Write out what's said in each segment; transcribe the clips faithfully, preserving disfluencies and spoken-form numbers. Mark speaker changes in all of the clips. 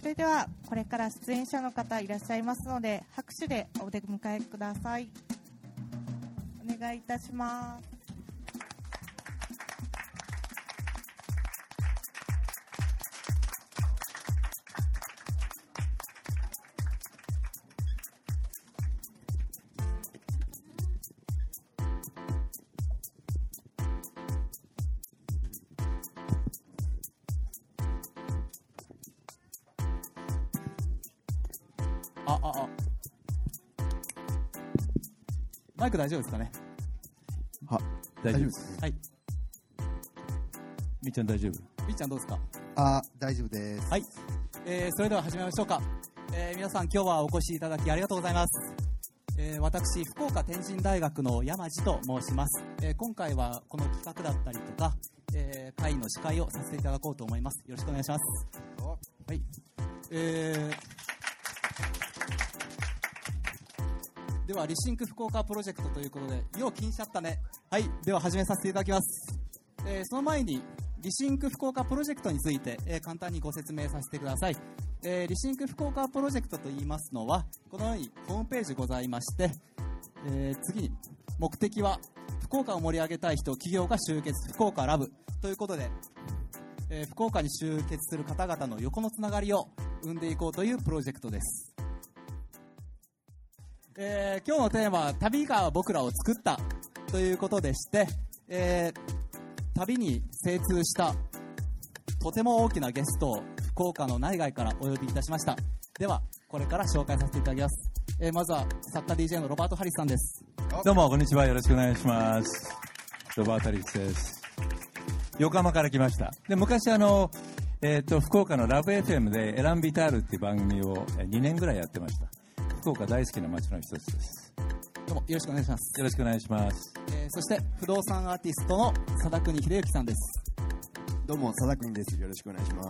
Speaker 1: それではこれから出演者の方いらっしゃいますので拍手でお出迎えください。お願いいたします。
Speaker 2: あああマイク大丈夫ですかね。
Speaker 3: は、大丈夫です。
Speaker 2: はい。
Speaker 3: みーちゃん大丈夫？
Speaker 2: みーちゃんどうですか？
Speaker 4: あ、大丈夫です。
Speaker 2: はい。えー、それでは始めましょうか。えー、皆さん今日はお越しいただきありがとうございます。えー、私福岡天神大学の山地と申します。えー、今回はこの企画だったりとか、えー、会の司会をさせていただこうと思います。よろしくお願いします。はい。えーではリシンク福岡プロジェクトということで、よう気にしちゃったね。はい、では始めさせていただきます。えー、その前にリシンク福岡プロジェクトについて、えー、簡単にご説明させてください。えー、リシンク福岡プロジェクトといいますのは、このようにホームページございまして、えー、次に目的は福岡を盛り上げたい人、企業が集結、福岡ラブということで、えー、福岡に集結する方々の横のつながりを生んでいこうというプロジェクトです。えー、今日のテーマは旅が僕らを作ったということでして、えー、旅に精通したとても大きなゲストを福岡の内外からお呼びいたしました。ではこれから紹介させていただきます。えー、まずは作家 ディージェー のロバート・ハリスさんです。
Speaker 5: どうもこんにちは、よろしくお願いします。ロバート・ハリスです。横浜から来ました。で昔あの、えー、と福岡のラブ エフエム でエランビタールっていう番組をにねんぐらいやってました。福岡大好きな街の一つです。
Speaker 2: どうもよろしくお願いします。
Speaker 5: よろしくお願いします。
Speaker 2: えー、そして不動産アーティストの佐田国秀之さんです。
Speaker 6: どうも佐田国です。よろしくお願いします。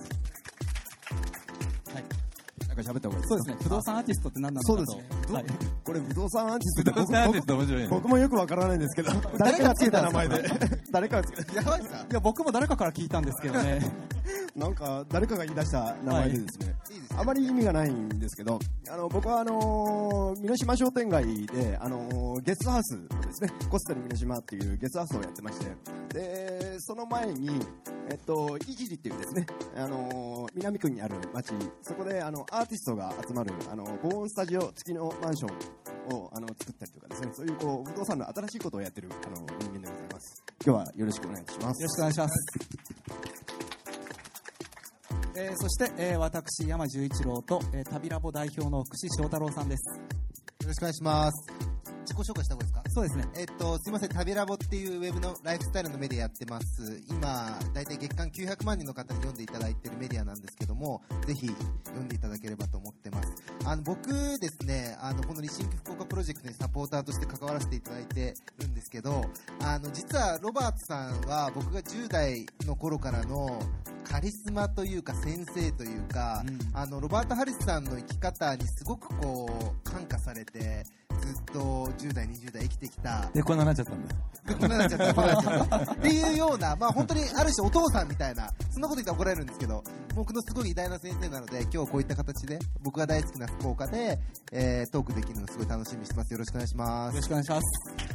Speaker 2: はい。
Speaker 6: なんか喋った方がいいですか？
Speaker 2: そうですね。不動産アーティストって何なのかと。
Speaker 6: そうですね。はい、これ不動産アーティスト
Speaker 5: 不動産アーティスト面白いね。
Speaker 6: 僕もよくわからないんですけど、誰かがつけた名前で。誰かがつけた。
Speaker 2: やばいですか？いや僕も誰かから聞いたんですけどね。
Speaker 6: なんか誰かが言い出した名前でですね、はい、あまり意味がないんですけど、あの僕はあのー、美濃島商店街で、あのー、ゲストハウスですね、コスタリ美濃島っていうゲストハウスをやってまして、でその前に、えっと、いじりっていうですね、あのー、南区にある町、そこであのアーティストが集まるあの防音スタジオ付きのマンションをあの作ったりとかですね、そういうこう不動産の新しいことをやってるあの人間でございます。今日はよろしくお願いします。
Speaker 2: よろしくお願いします。えー、そして、えー、私山十一郎と、えー、旅ラボ代表の福士翔太郎さんです。
Speaker 4: よろしくお願いします。自己紹介した方がいいですか？
Speaker 2: そうですね。
Speaker 4: えっとすいません、旅ラボっていうウェブのライフスタイルのメディアやってます。今だいたい月間きゅうひゃくまんにんの方に読んでいただいているメディアなんですけども、ぜひ読んでいただければと思ってます。あの僕ですね、あのこのリシンク福岡プロジェクトにサポーターとして関わらせていただいてるんですけど、あの実はロバートさんは僕がじゅう代の頃からのカリスマというか先生というか、うん、あのロバート・ハリスさんの生き方にすごくこう感化されて、ずっとじゅう代にじゅう代生きてきた。
Speaker 5: でこんなになっちゃったんだ。
Speaker 4: こんなになっちゃったこんなになっちゃったっていうような、まあ本当にある種お父さんみたいな、そんなこと言ったら怒られるんですけど、僕のすごい偉大な先生なので、今日こういった形で僕が大好きな福岡で、えー、トークできるのすごい楽しみにしてます。よろしくお願いします。
Speaker 2: よろしくお願いします。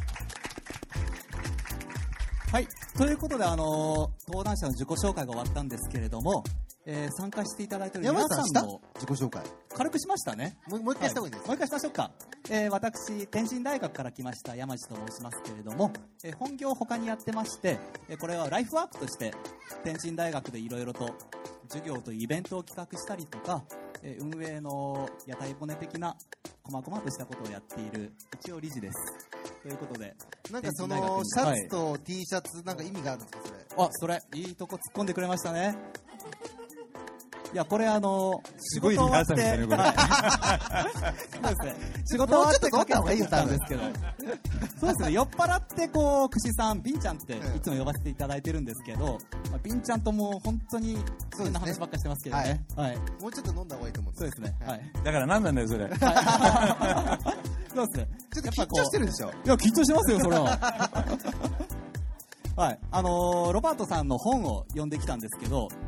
Speaker 2: はい、ということで、あのー、登壇者の自己紹介が終わったんですけれども、えー、参加していただいている皆さんの
Speaker 4: 自己紹介
Speaker 2: 軽くしましたね。
Speaker 4: もう、もう一回した方がいいです、
Speaker 2: はい、もう一回しましょうか。えー、私天神大学から来ました山地と申しますけれども、えー、本業を他にやってまして、えー、これはライフワークとして天神大学でいろいろと授業とイベントを企画したりとか、えー、運営の屋台骨的な細々としたことをやっている一応理事ですということで、
Speaker 4: なんかそのシャツと T シャツ、なんか意味があるんですか？それ
Speaker 2: あ、それいいとこ突っ込んでくれましたね。いや、これあの
Speaker 5: すごいリハーサルですね、これ。
Speaker 2: そうですね。仕事終わってかけてきたんですけど。そうですね。酔っ払ってこう、くしさん、ビンちゃんっていつも呼ばせていただいてるんですけど、まあ、ビンちゃんとも本当にそんな話ばっかしてますけどね。はい。はい、
Speaker 4: もうちょっと飲んだ方がいいと思うんです。
Speaker 2: そうですね。はい。
Speaker 5: だから何なんだよそれ。はい、
Speaker 2: そうですね。
Speaker 4: ちょっと緊張してるでしょ。
Speaker 2: いや、緊張してますよ、それは。はい。あのー、ロバートさんの本を読んできたんですけど、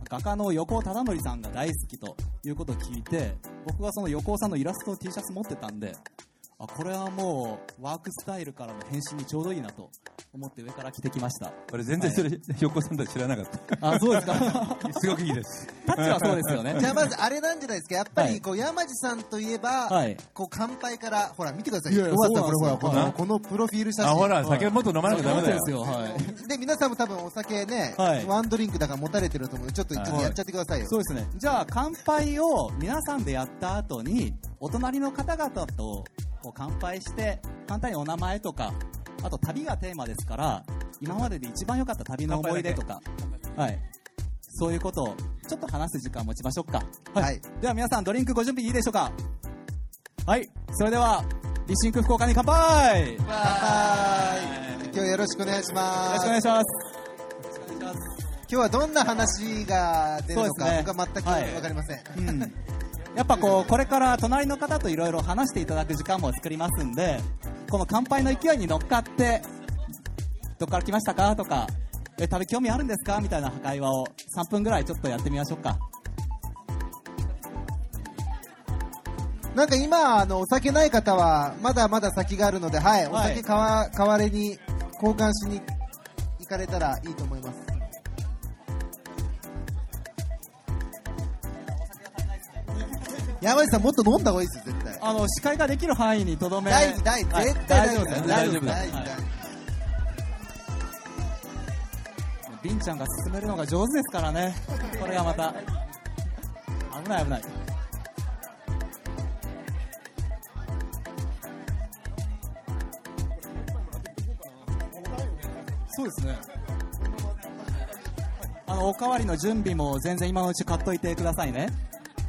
Speaker 2: 画家の横尾忠則さんが大好きということを聞いて、僕はその横尾さんのイラストを T シャツ持ってたんで、あ、これはもうワークスタイルからの変身にちょうどいいなと思って上から着てきました。
Speaker 5: これ全然それ、はい、横尾さんとは知らなかった。
Speaker 2: あ、そうですか。
Speaker 5: すごくいいです。
Speaker 2: タッチはそうですよね。
Speaker 4: じゃあまずあれなんじゃないですか、やっぱりこう山地さんといえば、はい、こう乾杯から、ほら見てください。
Speaker 2: いやいや、そうなんですよ。
Speaker 4: この、このプロフィール写真。
Speaker 5: あ、ほら、酒もっと飲まなきゃダメだよ。
Speaker 2: そうですよ。はい。
Speaker 4: で、皆さんも多分お酒ね、はい、ワンドリンクだから持たれてると思うので、ちょっと、ちょっとやっちゃってくださいよ。
Speaker 2: そうですね。じゃあ乾杯を皆さんでやった後に、お隣の方々とこう乾杯して簡単にお名前とか、あと旅がテーマですから今までで一番良かった旅の思い出とか、はい、そういうことをちょっと話す時間を持ちましょうか。はい、はい、では皆さんドリンクご準備いいでしょうか。はい、それではリシンク福岡に乾杯。
Speaker 4: 乾杯。今日よろしくお願いします。
Speaker 2: よろしくお願いします。
Speaker 4: 今日はどんな話が出るのか、ね、僕は全く分かりません、はい、うん
Speaker 2: やっぱこうこれから隣の方といろいろ話していただく時間も作りますんで、この乾杯の勢いに乗っかってどっから来ましたかとか、え旅興味あるんですかみたいな会話をさんぷんぐらいちょっとやってみましょうか。
Speaker 4: なんか今あのお酒ない方はまだまだ先があるので、はい、お酒かわ代わりに交換しに行かれたらいいと思います。山内さんもっと飲んだ方がいいですよ絶対。
Speaker 2: あの視界ができる範囲にとどめ。
Speaker 4: 大事大事、絶対大丈夫です。
Speaker 2: 大丈夫です。りんちゃんが進めるのが上手ですからね。これがまた危ない危ない。そうですね。あのおかわりの準備も全然今のうち買っといてくださいね。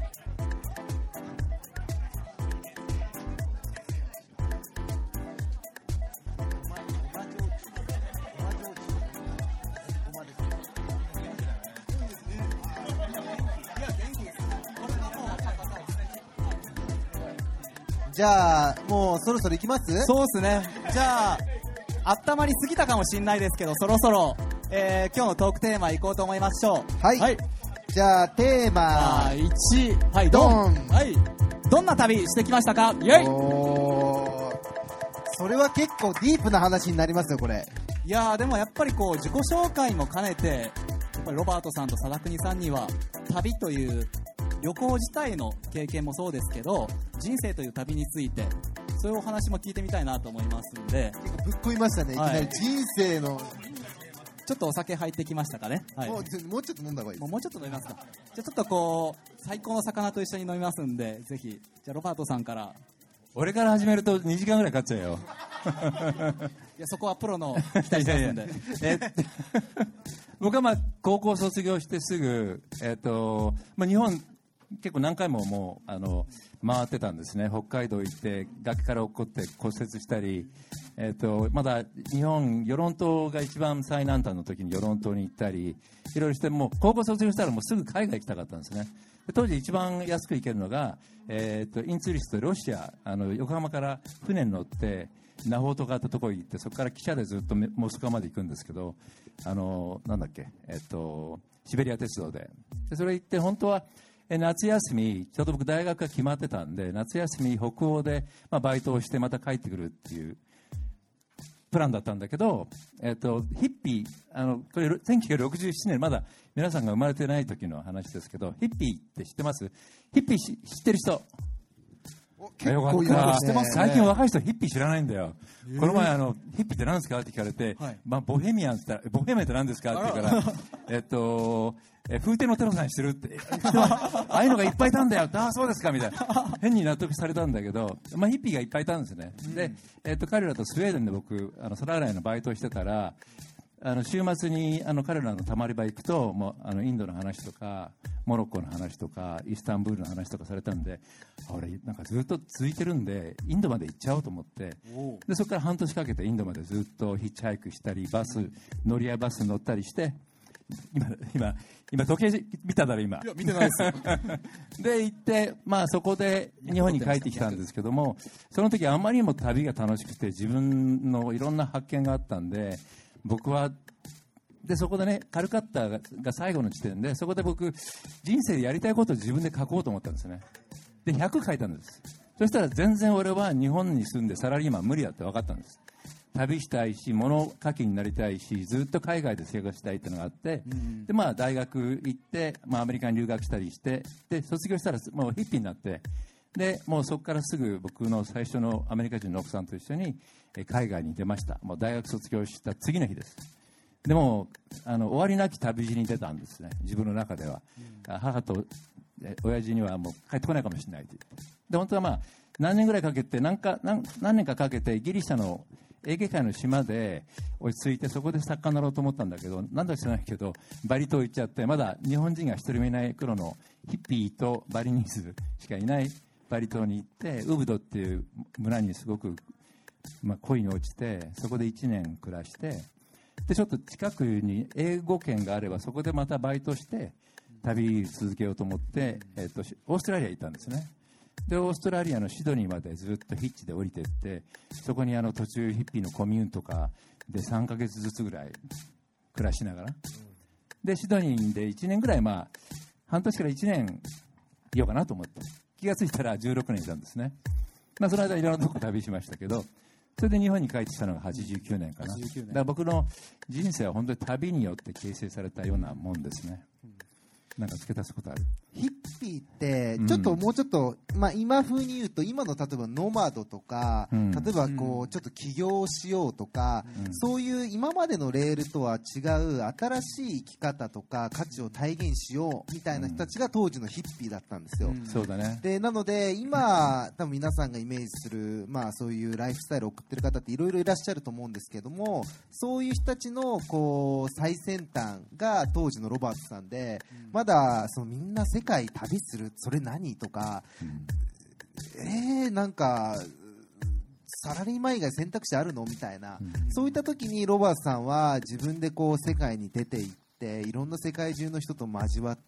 Speaker 4: じゃあもうそろそろ行きます？
Speaker 2: そうですね。じゃあ温まりすぎたかもしれないですけど、そろそろ、えー、今日のトークテーマ行こうと思いましょう。
Speaker 4: はい、はい、じゃあテーマ
Speaker 2: いち、はいドン、はい、どんな旅してきましたか？イェイ。
Speaker 4: おー、それは結構ディープな話になりますよこれ。
Speaker 2: いやーでもやっぱりこう自己紹介も兼ねて、やっぱりロバートさんと佐田国さんには旅という旅行自体の経験もそうですけど、人生という旅についてそういうお話も聞いてみたいなと思いますんで。
Speaker 4: 結構ぶっ込みましたね、いきなり人生の。
Speaker 2: ちょっとお酒入ってきましたかね、はい、
Speaker 4: もう、もうちょっと飲んだ方がいいです。
Speaker 2: もうちょっと飲みますか。じゃあちょっとこう最高の魚と一緒に飲みますんで、ぜひじゃあロバートさんから。
Speaker 5: 俺から始めるとにじかんぐらいかかっちゃうよ。
Speaker 2: いやそこはプロの期待しますんで。え
Speaker 5: 僕はまあ高校卒業してすぐ、えーとまあ、日本結構何回ももうあの回ってたんですね。北海道行って崖から落っこって骨折したり、えー、とまだ日本与論島が一番最南端の時に与論島に行ったりいろいろして、もう高校卒業したらもうすぐ海外行きたかったんですね。で当時一番安く行けるのが、えー、とインツーリストロシア、あの横浜から船に乗ってナフォーとかってところに行って、そこから汽車でずっとモスクワまで行くんですけど、あのなんだっけ、えー、とシベリア鉄道 で, でそれ行って本当は夏休み、ちょうど僕大学が決まってたんで、夏休み北欧で、まあ、バイトをしてまた帰ってくるっていうプランだったんだけど、えっと、ヒッピー、あのこれせんきゅうひゃくろくじゅうななねん、まだ皆さんが生まれてない時の話ですけど、ヒッピーって知ってます？ヒッピー知ってる人？
Speaker 4: 結構いらっしゃいますね。
Speaker 5: 最近若い人ヒッピー知らないんだよ。この前あのヒッピーって何ですかって聞かれて、はい、まあ、ボヘミアンって言ったらボヘミアンって何ですかって言うからえっとえ風天のテロさんしてるってああいうのがいっぱいいたんだよ。ああそうですかみたいな変に納得されたんだけど、まあ、ヒッピーがいっぱいいたんですね、うん、で、えっと、彼らとスウェーデンで僕あの皿洗いのバイトをしてたら、あの週末にあの彼らのたまり場行くともうあのインドの話とかモロッコの話とかイスタンブールの話とかされたんで、俺なんかずっと続いてるんでインドまで行っちゃおうと思って、でそこから半年かけてインドまでずっとヒッチハイクしたりバス乗り合いバスに乗ったりして、今今今時計見ただろ今。
Speaker 2: いや見てないですよ
Speaker 5: で行って、まあ、そこで日本に帰ってきたんですけども、その時あまりにも旅が楽しくて自分のいろんな発見があったんで、僕はでそこでねカルカッタが最後の地点で、そこで僕人生でやりたいことを自分で書こうと思ったんですね。でひゃく書いたんです。そしたら全然俺は日本に住んでサラリーマン無理だって分かったんです。旅したいし物書きになりたいし、ずっと海外で生活したいっていうのがあって、うん、でまあ大学行って、まあ、アメリカに留学したりして、で卒業したらもうヒッピーになって、でもうそこからすぐ僕の最初のアメリカ人の奥さんと一緒に海外に出ました。もう大学卒業した次の日です。でもあの終わりなき旅路に出たんですね、自分の中では、うん、母と親父にはもう帰ってこないかもしれないという。で本当はまあ何年ぐらいかけて何か 何, 何年かかけてギリシャのエーゲ海の島で落ち着いて、そこで作家になろうと思ったんだけど、なんだか知らないけどバリ島行っちゃって、まだ日本人が一人もいない頃のヒッピーとバリニーズしかいないバリ島に行って、ウブドっていう村にすごく、まあ、恋に落ちて、そこでいちねん暮らして、でちょっと近くに英語圏があればそこでまたバイトして旅続けようと思って、えー、とオーストラリア行ったんですね。でオーストラリアのシドニーまでずっとヒッチで降りていって、そこにあの途中ヒッピーのコミューンとかでさんかげつずつぐらい暮らしながら、でシドニーでいちねんぐらい、まあ半年からいちねんいようかなと思って、気がついたらじゅうろくねんいたんですね。まあ、その間いろんなとこ旅しましたけど、それで日本に帰ってきたのがはちじゅうきゅうねんかな。だから僕の人生は本当に旅によって形成されたようなもんですね。なんか付け足すことある？
Speaker 4: ヒッピーってちょっともうちょっと、うん、まあ、今風に言うと今の例えばノマドとか、うん、例えばこうちょっと起業しようとか、うん、そういう今までのレールとは違う新しい生き方とか価値を体現しようみたいな人たちが当時のヒッピーだったんですよ、うん、
Speaker 5: そうだね。
Speaker 4: でなので今多分皆さんがイメージする、まあ、そういうライフスタイルを送ってる方っていろいろいらっしゃると思うんですけども、そういう人たちのこう最先端が当時のロバートさんで、うん、まだそのみんな世界旅するそれ何とか、うん、えー、なんかサラリーマン以外選択肢あるのみたいな、うん、そういった時にロバートさんは自分でこう世界に出ていっていろんな世界中の人と交わって、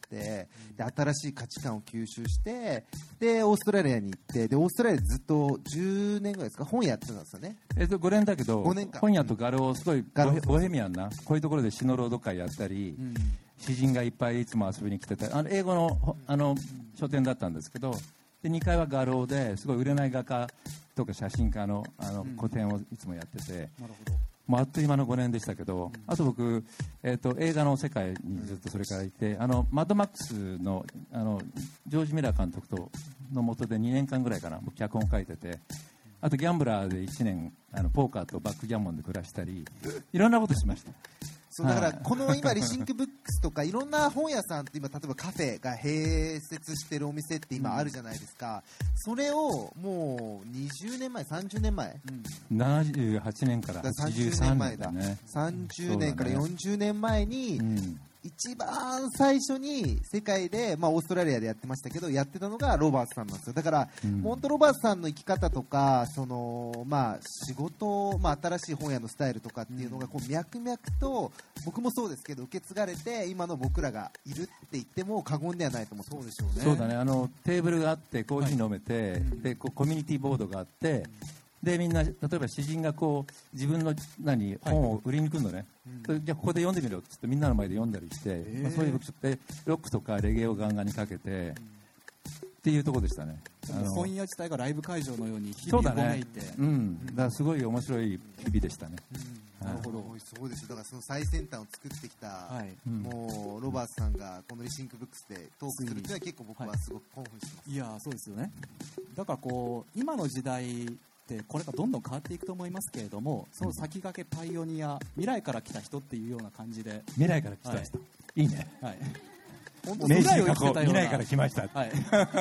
Speaker 4: で新しい価値観を吸収して、でオーストラリアに行って、でオーストラリアでずっとじゅうねんぐらいですか本屋やってたんですよね。
Speaker 5: えっとごねんだけど
Speaker 4: ごねんか
Speaker 5: 本屋と画廊すごいボヘミアンなこういうところで詩の朗読会やったり、うん、詩人がいっぱいいつも遊びに来てて、あの英語の、あの書店だったんですけど、でにかいは画廊ですごい売れない画家とか写真家 の, あの個展をいつもやってて、なるほど、もうあっという間のごねんでしたけど、うん、あと僕、えー、と映画の世界にずっとそれからいて、あのマッドマックス の, あのジョージ・ミラー監督との下でにねんかんぐらいかな僕脚本書いてて、あとギャンブラーでいちねんあのポーカーとバックギャンモンで暮らしたりいろんなことしました。
Speaker 4: そうだからこの今リシンクブックスとかいろんな本屋さんって今例えばカフェが併設してるお店って今あるじゃないですか、それをもうにじゅうねんまえさんじゅうねんまえ、
Speaker 5: うん、ななじゅうはちねんからはちじゅうさんねんだね。
Speaker 4: さんじゅうねんからよんじゅうねんまえに、うん、一番最初に世界で、まあ、オーストラリアでやってましたけどやってたのがロバートさんなんですよ。だから、うん、モントロバートさんの生き方とかその、まあ、仕事、まあ、新しい本屋のスタイルとかっていうのがこう脈々と僕もそうですけど受け継がれて今の僕らがいるって言っても過言ではないと思ってます。そうでしょうね。
Speaker 5: そうだね。あのテーブルがあってコーヒー飲めて、はい、でこうコミュニティボードがあって、でみんな例えば詩人がこう自分の何本を売りに来るのね、はい、じゃあここで読んでみろってってみんなの前で読んだりして、えーまあ、そういうでロックとかレゲエをガンガンにかけて、うん、っていうところでしたね。
Speaker 2: あの本屋自体がライブ会場のように日々ごめいて、
Speaker 5: そうだね、うん、だからすごい面白い日々でしたね、
Speaker 4: うん、なるほど、そうですよ。だからその最先端を作ってきた、はい、もうロバートさんがこのリシンクブックスでトークするっていうのは結構僕はすごく興奮してます、
Speaker 2: はい、いやそうですよね。だからこう今の時代ってこれがどんどん変わっていくと思いますけれども、その先駆けパイオニア、未来から来た人っていうような感じで、
Speaker 5: 未来から来た人、はい、いいね、はい、
Speaker 2: 本当未来を生きてたような、
Speaker 5: 未来から来ました、
Speaker 2: はい、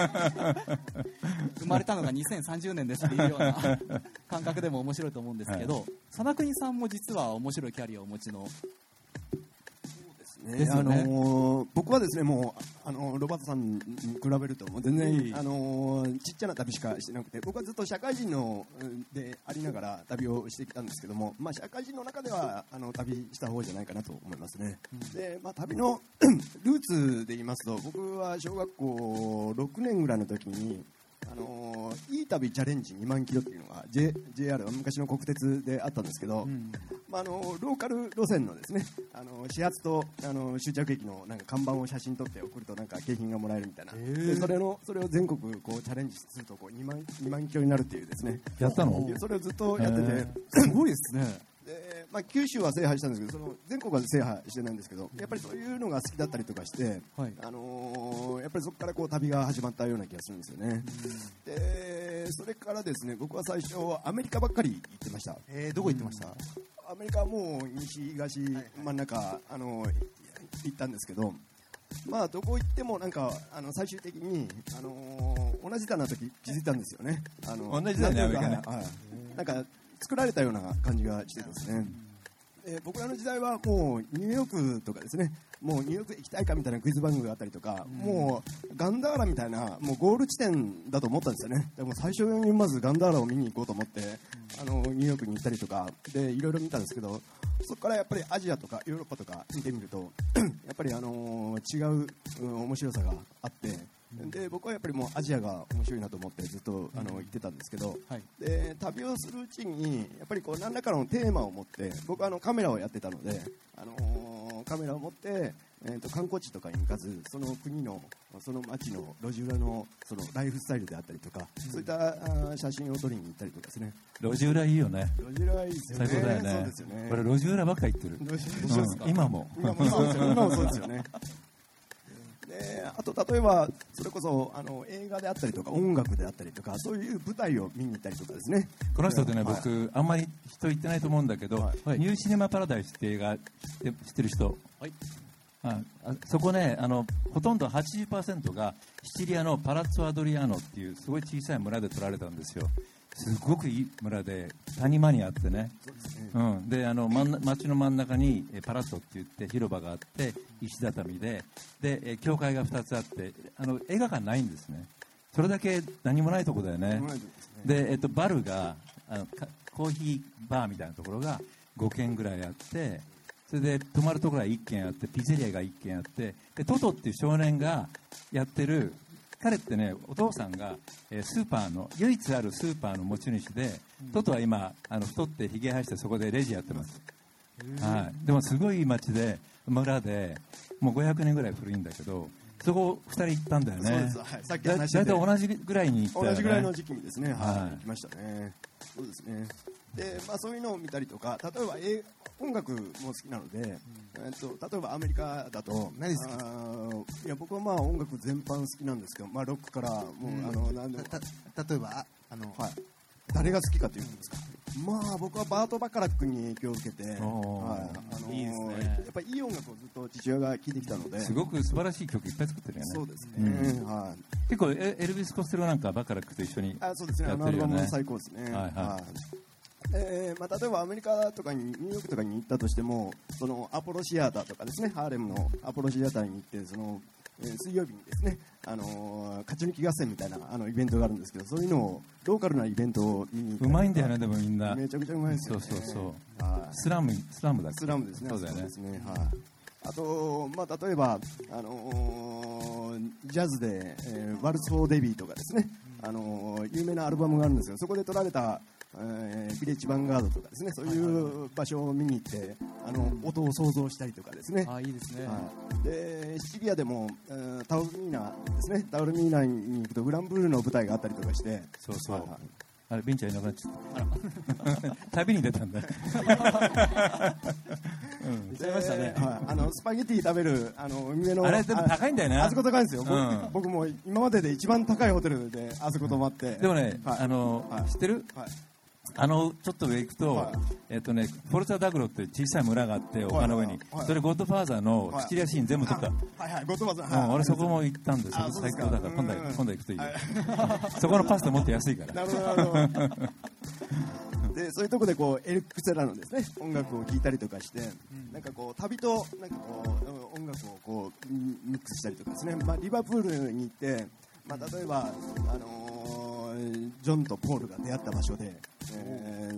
Speaker 2: 生まれたのがにせんさんじゅうねんですっていうような感覚でも面白いと思うんですけど、佐野国さんも実は面白いキャリアをお持ちの
Speaker 6: ね、あのー、僕はですねもうあのー、ロバートさんに比べるともう全然、うんあのー、ちっちゃな旅しかしてなくて、僕はずっと社会人のでありながら旅をしてきたんですけども、まあ、社会人の中ではあの旅した方じゃないかなと思いますね、うん、で、まあ、旅のルーツで言いますと、僕は小学校ろくねんぐらいの時にあのー、いい旅チャレンジにまんキロっていうのが J ジェイアール 昔の国鉄であったんですけど、うんまあ、あのローカル路線のですね、あの始発とあの終着駅のなんか看板を写真撮って送るとなんか景品がもらえるみたいな、でそれのそれを全国こうチャレンジするとこうにまんにまんキロになるっていうですね。
Speaker 5: やったの？
Speaker 6: それをずっとやってて、
Speaker 2: すごいですね。
Speaker 6: でまあ、九州は制覇したんですけど、その全国は制覇してないんですけど、やっぱりそういうのが好きだったりとかして、
Speaker 2: はい、
Speaker 6: あのー、やっぱりそこからこう旅が始まったような気がするんですよね。でそれからですね、僕は最初アメリカばっかり行ってました。
Speaker 4: えー、どこ行ってました？
Speaker 6: アメリカはもう西東真ん中、あのー、行ったんですけど、まあどこ行ってもなんかあの最終的に、あのー、同じだなと気づいたんですよね。あの
Speaker 5: 同じだね、アメリカね。
Speaker 6: はい、なんか作られたような感じがしてですね。で僕らの時代はもうニューヨークとかですね、もうニューヨーク行きたいかみたいなクイズ番組があったりとか、もうガンダーラみたいなもうゴール地点だと思ったんですよね。でも最初にまずガンダーラを見に行こうと思って、あのニューヨークに行ったりとかでいろいろ見たんですけど、そこからやっぱりアジアとかヨーロッパとか見てみるとやっぱりあのー、違う、うん、面白さがあって、で僕はやっぱりもうアジアが面白いなと思ってずっとあの言ってたんですけど、はい、で旅をするうちにやっぱりこう何らかのテーマを持って、僕はあのカメラをやってたので、あのー、カメラを持って、えー、と観光地とかに行かず、その国のその街の路地裏のそのライフスタイルであったりとか、うん、そういったあ写真を撮りに行ったりとかですね。
Speaker 5: 路地裏いいよね。
Speaker 6: 路地裏いいですよね。
Speaker 5: 最高だよね。
Speaker 6: そうですよね。
Speaker 5: 俺路地裏ばっかり行ってる。
Speaker 6: 路地裏、
Speaker 5: うん、今も
Speaker 6: 今もそうですよ。今もそうですよね。であと例えばそれこそあの映画であったりとか音楽であったりとか、そういう舞台を見に行ったりとかですね。
Speaker 5: この人ってね、
Speaker 6: はい、
Speaker 5: 僕あんまり人言ってないと思うんだけど、はい、ニューシネマパラダイスって映画知って、知ってる人、はい、ああそこね、あのほとんど はちじゅっパーセント がシチリアのパラッツォ・アドリアーノっていうすごい小さい村で撮られたんですよ。すごくいい村で谷間にあってね、うん、であの町の真ん中にパラッツォって言って広場があって、石畳でで教会がふたつあって、あの映画館ないんですね。それだけ何もないとこだよね。で、えっと、バルがあのコーヒーバーみたいなところがごけんぐらいあって、それで泊まるところがいっけんあって、ピザリアがいっけんあって、でトトっていう少年がやってる、彼ってね、お父さんが、えー、スーパーの唯一あるスーパーの持ち主で、うん、トトは今あの太ってひげ生やしてそこでレジやってます。はい、でもすごい町で村でもうごひゃくねんぐらい古いんだけど、そこふたり行ったんだよね。
Speaker 6: そうです、はい、さっき話してて
Speaker 5: だいたい同じぐらいに行ったよね。
Speaker 6: 同じぐらいの時期にですね、はい、
Speaker 5: はい、
Speaker 6: 行きましたね。そうですね。で、まあ、そういうのを見たりとか、例えば映音楽も好きなので、うん、えっと、例えばアメリカだと
Speaker 4: 何好き？
Speaker 6: あいや僕はまあ音楽全般好きなんですけど、まあ、ロックからもう、うん、あのなんでも
Speaker 4: た例えばあの、
Speaker 6: はい、誰が好きかというんですか。まあ僕はバート・バカラックに影響を受けて、はい、あの
Speaker 2: いいですね。
Speaker 6: やっぱりいい音楽をずっと父親が聴いてきたので、
Speaker 5: すごく素晴らしい曲いっぱい作ってるよね。
Speaker 6: そうですね、うん、はい、
Speaker 5: 結構エルビス・コステロなんかバカラックと一緒にやってるよね。
Speaker 6: あ、そうですね、あのアルバムも最高ですね。
Speaker 5: はいはい、
Speaker 6: はい、えーまあ、例えばアメリカとかにニューヨークとかに行ったとしても、そのアポロシアターとかですね、ハーレムのアポロシアターに行って、その、えー、水曜日にですね、あのー、勝ち抜き合戦みたいなあのイベントがあるんですけど、そういうのをローカルなイベントを見に行ったりとか。
Speaker 5: うまいんだよね。でもみんな
Speaker 6: めちゃくちゃうまいですよね。
Speaker 5: そうそうそう、
Speaker 6: はい、
Speaker 5: スラムスラムだっけ。
Speaker 6: スラムですね。
Speaker 5: そうだよね。
Speaker 6: そうですね、はい、あと、まあ、例えば、あのー、ジャズで、えー、ワルツ・フォー・デビーとかですね、あのー、有名なアルバムがあるんですけど、そこで撮られた、えー、ビレッジヴァンガードとかですね、そういう場所を見に行って、あの音を想像したりとかですね。
Speaker 2: あ、いいですね。
Speaker 6: はい、でシチリアでも、えー、タオルミーナですね、タオルミーナに行くとグランブルーの舞台があったりとかして、
Speaker 5: そうそう、
Speaker 6: はいはい、
Speaker 5: あれベンちゃんいなくなっちゃった旅に出たんだ
Speaker 6: うん、出ましたね、はい、あのスパゲティ食べるあの海辺の
Speaker 5: あれでも高いんだよね。
Speaker 6: あ, あそこ高いんですよ、
Speaker 5: うん、
Speaker 6: 僕, 僕も今までで一番高いホテルであそこ泊まって、うん、
Speaker 5: でもね、
Speaker 6: はい、
Speaker 5: あの、はい、知ってる、はい、あのちょっと上行くと、はい、えっとね、フォルツァダグロっていう小さい村があって丘の上に、はいはいはい、それゴッドファーザーのシチリアシーン全部撮った、
Speaker 6: はいはい、ゴッドファーザー、
Speaker 5: はい、うん、俺そこも行ったんですよ。最高だから今度今度行くといいよ、はい、そこのパスタもっと安いから。
Speaker 6: なるほどなるほどでそういうところでこうエリック・セラのですね音楽を聴いたりとかして、うん、なんかこう旅となんかこう音楽をこうミックスしたりとかですね、まあ、リバプールに行って、まあ、例えば、あのー、ジョンとポールが出会った場所で、えー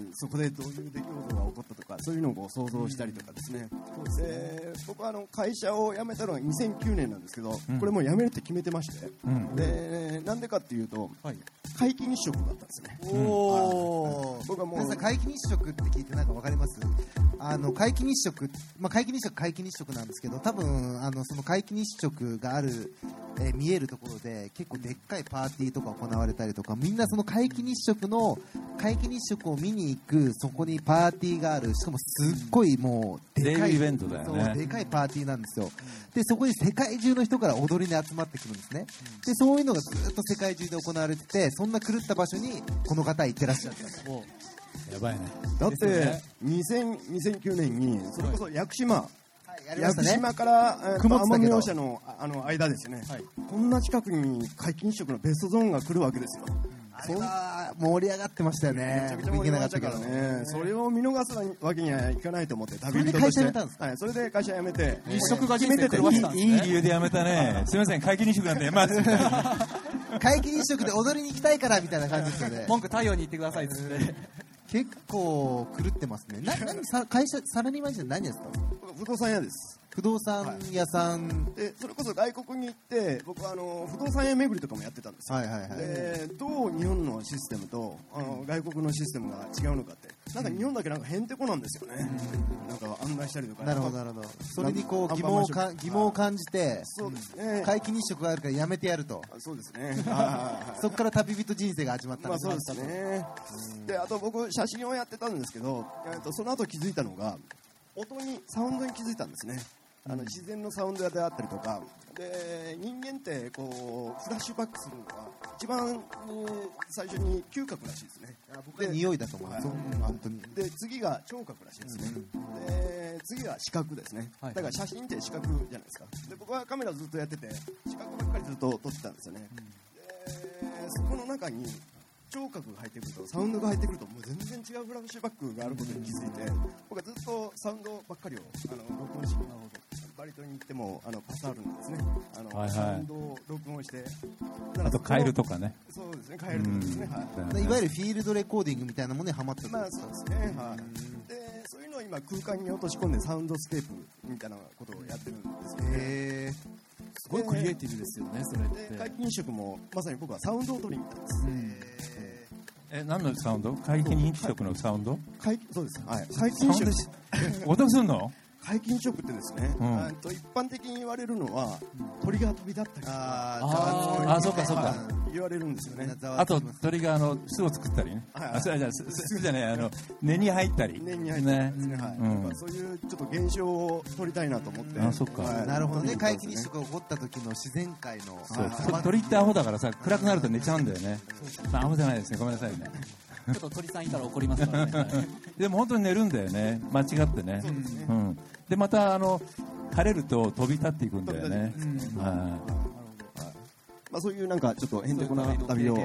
Speaker 6: そこでどういう出来事が起こったとかそういうのをこう想像したりとかですね、うん、でで僕はあの会社を辞めたのはにせんきゅうねんなんですけど、うん、これもう辞めるって決めてまして、うん、でなんでかっていうと、はい、皆既日食があったんですね。
Speaker 4: おー、僕はもう皆さん皆既日食って聞いてなんか分かります？あの皆既日食、まあ、皆既日食皆既日食なんですけど、多分あのその皆既日食がある、えー、見えるところで結構でっかいパーティーとか行われたりとか、みんなその皆既日食の皆既日食を見に行く、そこにパーティーがある、しかもすっごいもうでかい
Speaker 5: イベントだよね。
Speaker 4: そうでかいパーティーなんですよ。でそこに世界中の人から踊りに集まってくるんですね。でそういうのがずっと世界中で行われてて、そんな狂った場所にこの方行ってらっしゃったんです。
Speaker 5: やばいね。
Speaker 6: だって、にせんきゅうねんにそれこそ屋久島、
Speaker 4: はいね、
Speaker 6: 屋久島から、えー、奄美大島のあの間ですね、はい、こんな近くに皆既日食のベストゾーンが来るわけですよ。
Speaker 4: あれは盛り上がってましたよね。
Speaker 6: めちゃくちゃ盛り上がったからね。それを見逃すわけにはいかないと思って旅人として、はい、それで会社辞めて
Speaker 2: 日食が決めててい
Speaker 5: い理由で辞めたね。すみません、皆既日食なんてやめます
Speaker 4: 皆既日食で踊りに行きたいからみたいな感じですよね。
Speaker 2: 文句太陽に行ってくださいっつって
Speaker 4: 結構狂ってますね。な何さ会社サラリーマン時代何やってたんですか？
Speaker 6: 不動産屋です。
Speaker 4: 不動産屋さん、はい、
Speaker 6: でそれこそ外国に行って僕はあの不動産屋巡りとかもやってたんですよ、はいはいはい、でどう日本のシステムとあの外国のシステムが違うのかって、なんか日本だけなんかへんてこなんですよね、うん、なんか案内したりとか。
Speaker 4: なるほどなるほど。それにこう疑問をか疑問を感じて、そうですね、皆既日食があるからやめてやると。
Speaker 6: そうですね
Speaker 4: そこから旅人人生が始まったんです。
Speaker 6: まあ、そうですね。であと僕写真をやってたんですけど、えー、とその後気づいたのが音にサウンドに気づいたんですね。あの自然のサウンドであったりとかで、人間ってこうフラッシュバックするのは一番、えー、最初に嗅覚らしいですね。
Speaker 4: 僕は匂いだと思います、はい、本当に。
Speaker 6: で次が聴覚らしいですね、うん、で次が視覚ですね、はい、だから写真って視覚じゃないですか。で僕はカメラずっとやってて視覚ばっかりずっと撮ってたんですよね、うん、でそこの中に聴覚が入ってくるとサウンドが入ってくるともう全然違うフラッシュバックがあることに気づいて、僕はずっとサウンドばっかりをあの録音して、バリ島に行ってもあのパスあるんですね、あの、はいはい、サウンドを録音して、
Speaker 5: あとカエルとかね。
Speaker 6: そうですね、カエルとかですね、
Speaker 4: はい、いわゆるフィールドレコーディングみたいなものにハマったんですか？
Speaker 6: まあそうですね、はい、でそういうのを今空間に落とし込んでサウンドスケープみたいなことをやってるんですけど、
Speaker 4: へー、
Speaker 2: すごいクリエイティブですよね、それって。
Speaker 6: 皆既日食もまさに僕はサウンドを取りに行ったんです。
Speaker 5: え、何のサウンド？皆既日食のサウンド？
Speaker 6: そうです。はい。皆既日食。
Speaker 5: 音すんの？
Speaker 6: 皆既日食ってですね、うん、と一般的に言われるのは鳥が飛び立ったりとか、
Speaker 5: ああ、そうかそうか、
Speaker 6: 言われるんですよね。
Speaker 5: あと鳥があの巣を作ったりね、あ、そうじゃ巣じゃねえ、あの根に入ったり、
Speaker 6: 根に入ったりですね、はい。うん、そういうちょっと現象を撮りたいなと思って。
Speaker 5: あ、そっか。
Speaker 4: はい、なるほどね。皆既日食が起こった時の自然界の。
Speaker 5: そう。鳥ってアホだからさ、暗くなると寝ちゃうんだよね。まあアホじゃないですね。ごめんなさいね。
Speaker 2: ちょっと鳥さんいたら怒りますからね。
Speaker 5: でも本当に寝るんだよね、間違ってね。そうですね。うん。でまたあの晴れると飛び立っていくんだよね。うん、はい。
Speaker 6: まあそういうなんかちょっとへんてこな旅を、はい、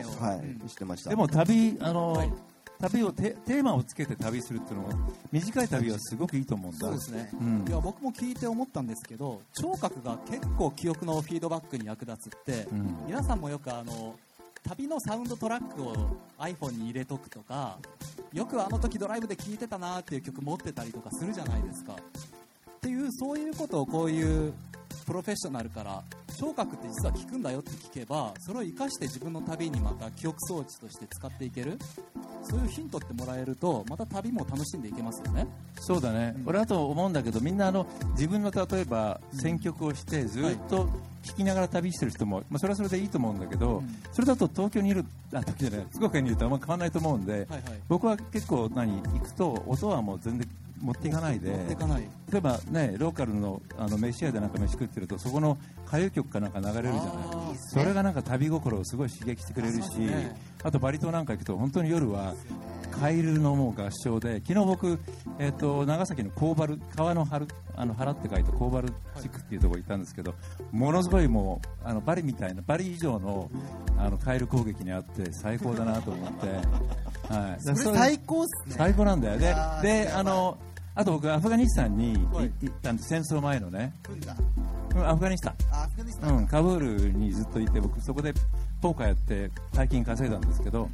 Speaker 6: してました。
Speaker 5: でも旅あの、はい、旅をテテーマをつけて旅するっていうのも短い旅はすごくいいと思うんだ。
Speaker 2: そうですね。うん、いや僕も聞いて思ったんですけど、聴覚が結構記憶のフィードバックに役立つって、うん、皆さんもよくあの旅のサウンドトラックを iPhone に入れとくとか、よくあの時ドライブで聴いてたなっていう曲持ってたりとかするじゃないですか。っていうそういうことをこういうプロフェッショナルから聴覚って実は聞くんだよって聞けば、それを生かして自分の旅にまた記憶装置として使っていける、そういうヒントってもらえるとまた旅も楽しんでいけますよね。
Speaker 5: そうだね、うん、俺あと思うんだけど、みんなあの自分の例えば選曲をしてずっと聴きながら旅してる人も、まあ、それはそれでいいと思うんだけど、うん、それだと東京にいるあ東京じゃない福岡にいるとあんま変わらないと思うんで、はいはい、僕は結構何行くと音はもう全然持っていかないで、
Speaker 2: 持っていかない。
Speaker 5: 例えばね、ローカルのあの飯屋でなんか飯食ってるとそこの歌謡曲かなんか流れるじゃない。それがなんか旅心をすごい刺激してくれるし、 あ,、ね、あとバリ島なんか行くと本当に夜はカエルのもう合唱で、昨日僕、えー、と長崎のコーバル川の原あの原って書いてコーバル地区っていうところに行ったんですけど、ものすごいもうあのバリみたいなバリ以上のあのカエル攻撃にあって最高だなと思って、
Speaker 4: はい、それ最高っすね。
Speaker 5: 最高なんだよね。であのあと僕アフガニスタンに行ったんです、戦争前のね。アフガニスタン、
Speaker 4: アフガニスタン、
Speaker 5: うん、カブールにずっといて、僕そこでポーカーやって大金稼いだんですけど、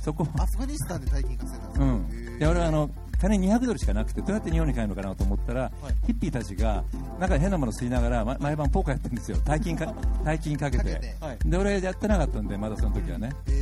Speaker 5: そこ
Speaker 4: アフガニスタンで大金稼いだんですか。
Speaker 5: うん、で俺はあの金にひゃくドルしかなくてどうやって日本に帰るのかなと思ったら、はい、ヒッピーたちがなんか変なもの吸いながら、ま、毎晩ポーカーやってるんですよ。大金か大金かけて、はい、で俺やってなかったんでまだその時はね、うん、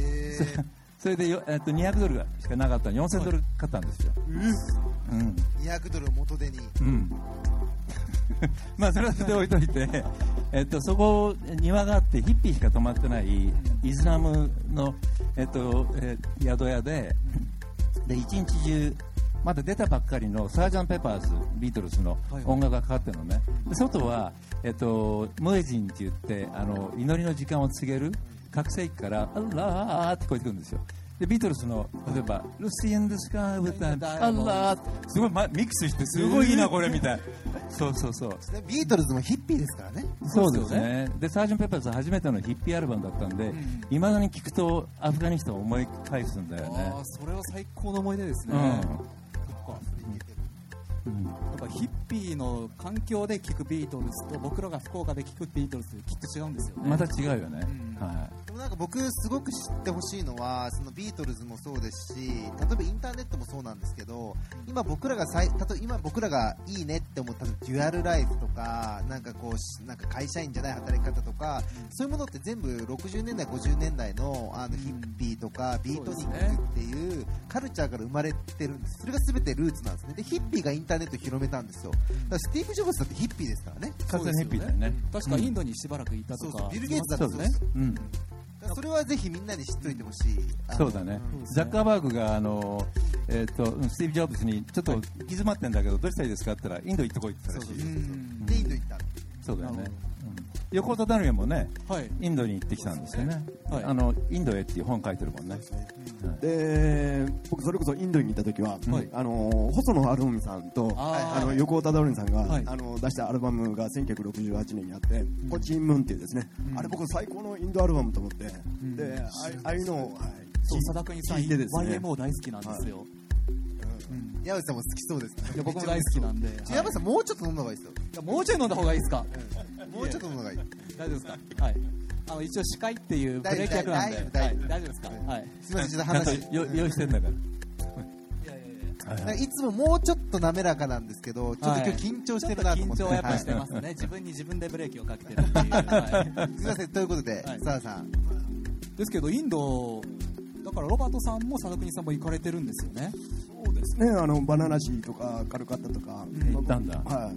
Speaker 5: それでよ、えっと、にひゃくドルしかなかったのによんせんドル買ったんですよ、はいうん、
Speaker 4: にひゃくドルを元手に、
Speaker 5: うんまあそれはそれで置いといてえっとそこ庭があってヒッピーしか泊まってないイスラムの、えっとえー、宿屋でで一日中まだ出たばっかりのサージャン・ペパーズビートルズの音楽がかかってるのね。で外は、えっと、ムエジンって言ってあの祈りの時間を告げる拡声器からアッラーって聞こえてくるんですよ。でビートルズの例えば「ルシー・イン・デ・スカイ・ウィット・アッラー」すごい、ま、ミックスしてすごいいいなこれみたいなそうそうそう
Speaker 4: ビートルズもヒッピーですからね。
Speaker 5: そうですね。でサージャン・ペパーズ初めてのヒッピーアルバムだったんでいま、うん、だに聞くとアフガニスタンを思い返すんだよね。
Speaker 2: あそれは最高の思い出ですね、うんうん、やっぱヒッピーの環境で聴くビートルズと僕らが福岡で聴くビートルズきっと違うんですよね。
Speaker 5: また違うよね、うんはい、
Speaker 4: でもなんか僕すごく知ってほしいのはそのビートルズもそうですし例えばインターネットもそうなんですけど今僕らがさい例えば今僕らがいいねって思ったデュアルライフとかなんかこうなんか会社員じゃない働き方とかそういうものって全部ろくじゅうねんだいごじゅうねんだいのあのヒッピーとかビートニックっていうカルチャーから生まれてるんです。それが全てルーツなんですね。でヒッピーがインターネットを広めたんですよ。だからスティーブ・ジョブズだってヒッピーですからね。
Speaker 5: 完全にヒッピーだよね。
Speaker 2: 確かインドにしばらくいたとか、
Speaker 4: そうそうビル・ゲイツだってそうですよ、うん、だからそれはぜひみんなに知っといてほしい。
Speaker 5: そうだね、うん、ザッカーバーグがあの、えー、とスティーブ・ジョブズにちょっと行き詰まってんだけどどうしたらいいですかって言ったらインド行ってこいって言ったらしい。
Speaker 4: そうそうそうそう、うん、でインド行った。
Speaker 5: そうだよね。横田ダルヤもね、はい、インドに行ってきたんですよね、はい、あのインドへっていう本書いてるもんね。
Speaker 6: で僕それこそインドに行った時は、はい、あの細野晴臣さんとああの横田ダルヤさんが、はい、あの出したアルバムがせんきゅうひゃくろくじゅうはちねんにあって、うん、こっちインムーンっていうですね、うん、あれ僕最高のインドアルバムと思って、うん、で あ, ああいうのを、はい、
Speaker 2: そう佐田国さん ワイエムオー 大好きなんですよ、はい
Speaker 4: うん、矢部さんも好きそうですね。
Speaker 2: いや僕も大好きなんで。
Speaker 4: 矢部さんもうちょっと飲んだ方がいいですよ。
Speaker 2: いやもうちょい飲んだ方がいいですか。
Speaker 4: うん、もうちょっと飲んだ方がいい。
Speaker 2: 大丈夫ですか。はい。あの一応司会っていうブレーキ役なんで、はい、大丈夫ですか。はい。
Speaker 4: すみませんちょっと話
Speaker 5: よ用意してんだから。い
Speaker 4: やいやいや。いつももうちょっと滑らかなんですけど、ちょっと今日緊張してるなと思って。
Speaker 2: 緊張やっぱしてますね。自分に自分でブレーキをかけてるっていう。は
Speaker 4: い、すみませんということで、澤、はい、さん。
Speaker 2: ですけどインドだからロバートさんも佐田国さんも行かれてるんですよね。
Speaker 6: そうですね。あのバナナシーとかカルカッタとか
Speaker 5: 行ったんだ。
Speaker 6: はい。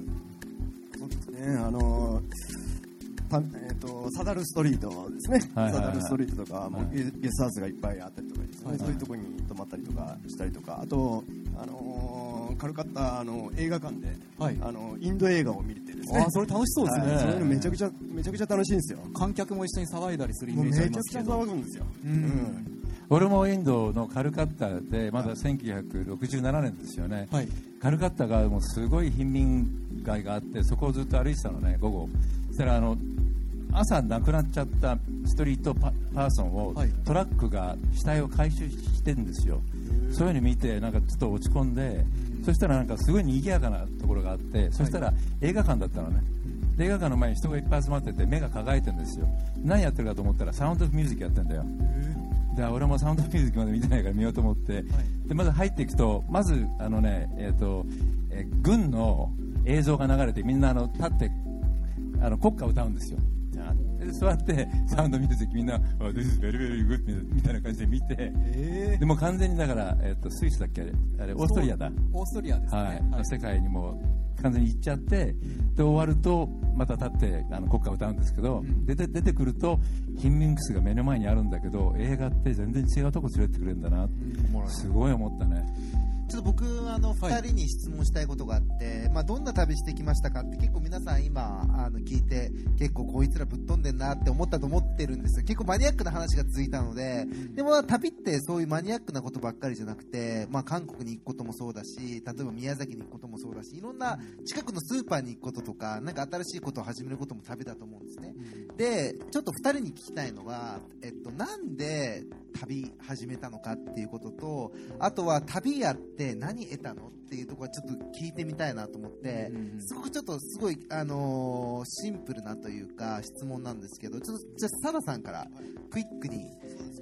Speaker 6: そうですね。あのたえー、とサダルストリートですね。はいはいはい、サダルストリートとかも、はい、ゲストハウスがいっぱいあったりとかですね、はいはい、そういうところに泊まったりとかしたりとか、あとあのー、カルカッタの映画館で、はい、あのインド映画を見れてですね。
Speaker 2: あそれ楽しそうですね。
Speaker 6: はい、そういうのめちゃくちゃめちゃくちゃ楽しいんですよ。
Speaker 2: 観客も一緒に騒いだりするイメージありますけど。
Speaker 6: めちゃくちゃ騒ぐんですよ。うん。
Speaker 5: うん俺もインドのカルカッタでまだせんきゅうひゃくろくじゅうななねんですよね、はい、カルカッタがもうすごい貧民街があってそこをずっと歩いてたのね午後。そしたらあの朝亡くなっちゃったストリート パ, パーソンを、はい、トラックが死体を回収してるんですよ。そういうの見てなんかちょっと落ち込んで、そしたらなんかすごい賑やかなところがあって、そしたら映画館だったのね。映画館の前に人がいっぱい集まってて目が輝いてるんですよ。何やってるかと思ったらサウンドオブミュージックやってんだよ。で俺もサウンドオブミュージックまで見てないから見ようと思って、はい、でまず入っていくとまずあのね、えーとえー、軍の映像が流れてみんなあの立ってあの国歌を歌うんですよ。で座ってサウンドミュージックみんな「This is very very good」みたいな感じで見て、えー、でも完全にだから、えー、とスイスだっけあれあれオーストリアだ
Speaker 2: オーストリアですね、
Speaker 5: はいはい、世界にも完全に行っちゃって、うん、で終わるとまた立ってあの国歌を歌うんですけど、うん、出て出てくると貧民窟が目の前にあるんだけど映画って全然違うとこ連れてってくれるんだな、うん、すごい思ったね。
Speaker 4: ちょっと僕あのふたりに質問したいことがあって、はい、まあ、どんな旅してきましたかって結構皆さん今あの聞いて結構こいつらぶっ飛んでんなって思ったと思ってるんですよ。結構マニアックな話が続いたので、でも旅ってそういうマニアックなことばっかりじゃなくて、まあ、韓国に行くこともそうだし、例えば宮崎に行くこともそうだし、いろんな近くのスーパーに行くこととかなんか新しいことを始めることも旅だと思うんですね。でちょっとふたりに聞きたいのが、えっと、なんで旅始めたのかっていうことと、あとは旅やって何得たのっていうところはちょっと聞いてみたいなと思って、うん、すごくちょっとすごい、あのー、シンプルなというか質問なんですけど、ちょっとじゃあサラさんからクイックに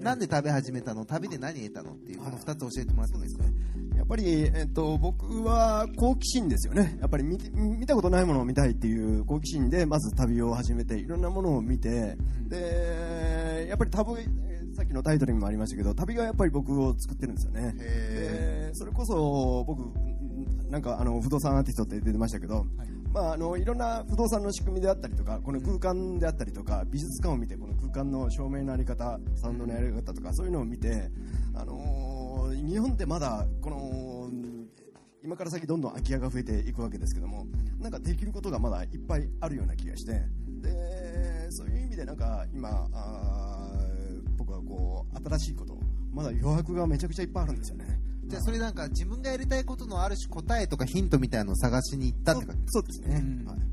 Speaker 4: なんで旅始めたの、旅で何得たのっていう、このふたつ教えてもらってもいいですか。
Speaker 6: やっぱり、えっと、僕は好奇心ですよね。やっぱり 見, 見たことないものを見たいっていう好奇心でまず旅を始めて、いろんなものを見て、でやっぱり旅、さっきのタイトルにもありましたけど、旅がやっぱり僕を作ってるんですよね。でそれこそ僕なんかあの不動産アーティストって出てましたけど、はい、まあ、あのいろんな不動産の仕組みであったりとか、この空間であったりとか、美術館を見てこの空間の照明のあり方、サウンドのやり方とかそういうのを見て、あのー、日本ってまだこの今から先どんどん空き家が増えていくわけですけども、なんかできることがまだいっぱいあるような気がして、でそういう意味でなんか今あ僕はこう新しいこと、まだ余白がめちゃくちゃいっぱいあるんですよね。
Speaker 4: じゃあそれなんか自分がやりたいことのある種答えとかヒントみたいなのを探しに行ったって感じ。
Speaker 6: そうですね、うん、はい、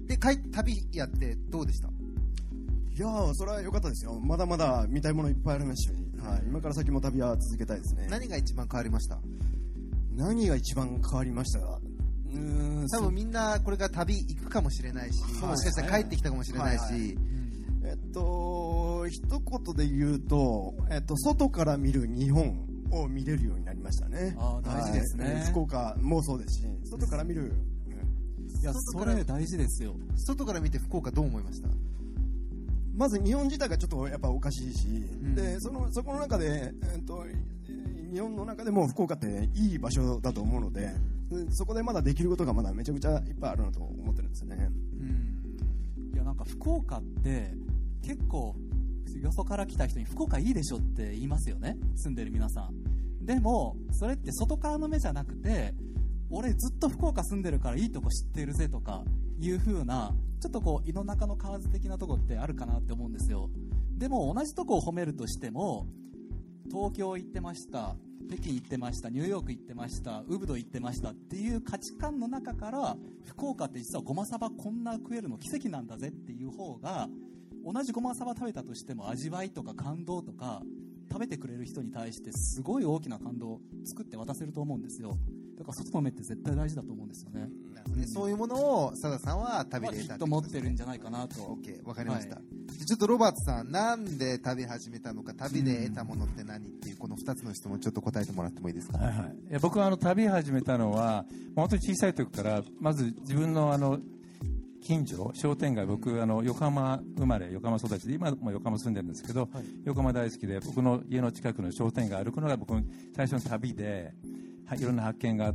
Speaker 4: で帰旅やってどうでした。
Speaker 6: いやーそれは良かったですよ。まだまだ見たいものいっぱいありますし、はい、今から先も旅は続けたいですね。
Speaker 4: 何が一番変わりました。
Speaker 6: 何が一番変わりましたか。
Speaker 4: うーん、多分みんなこれから旅行くかもしれないし、はい、もしかしたら帰ってきたかもしれないし、はいはい、
Speaker 6: えっと一言で言うと、えっと、外から見る日本を見れるようになりましたね。
Speaker 2: あ、大事ですね、はい、
Speaker 6: 福岡もそうですし、外から見る、うん、
Speaker 2: いやそれ大事ですよ。
Speaker 4: 外から見て福岡どう思いました。
Speaker 6: まず日本自体がちょっとやっぱおかしいし、うん、で そ, のそこの中で、えー、と日本の中でも福岡っていい場所だと思うので、うん、そこでまだできることがまだめちゃくちゃいっぱいあるなと思ってるんですよね、
Speaker 2: うん、いやなんか福岡って結構よそから来た人に福岡いいでしょって言いますよね、住んでる皆さん。でもそれって外からの目じゃなくて、俺ずっと福岡住んでるからいいとこ知ってるぜとかいう風な、ちょっとこう胃の中の蛙的なとこってあるかなって思うんですよ。でも同じとこを褒めるとしても、東京行ってました、北京行ってました、ニューヨーク行ってました、ウブド行ってましたっていう価値観の中から、福岡って実はごまさばこんな食えるの奇跡なんだぜっていう方が、同じごまさば食べたとしても味わいとか感動とか、食べてくれる人に対してすごい大きな感動を作って渡せると思うんですよ。だから外の目って絶対大事だと思うんですよね。
Speaker 4: うん、そういうものを佐田さんは旅で得た、
Speaker 2: まあ、きっと持ってるんじゃないかなと。
Speaker 4: OK、 わかりました、はい、ちょっとロバートさん、なんで旅始めたのか、旅で得たものって何っていう、このふたつの質問ちょっと答えてもらってもいいですか。
Speaker 5: はいはい、いや僕はあの旅始めたのは本当に小さい時から、まず自分のあの近所商店街、僕あの横浜生まれ横浜育ちで、今も横浜住んでるんですけど、はい、横浜大好きで、僕の家の近くの商店街歩くのが僕最初の旅で、はい、いろんな発見があって、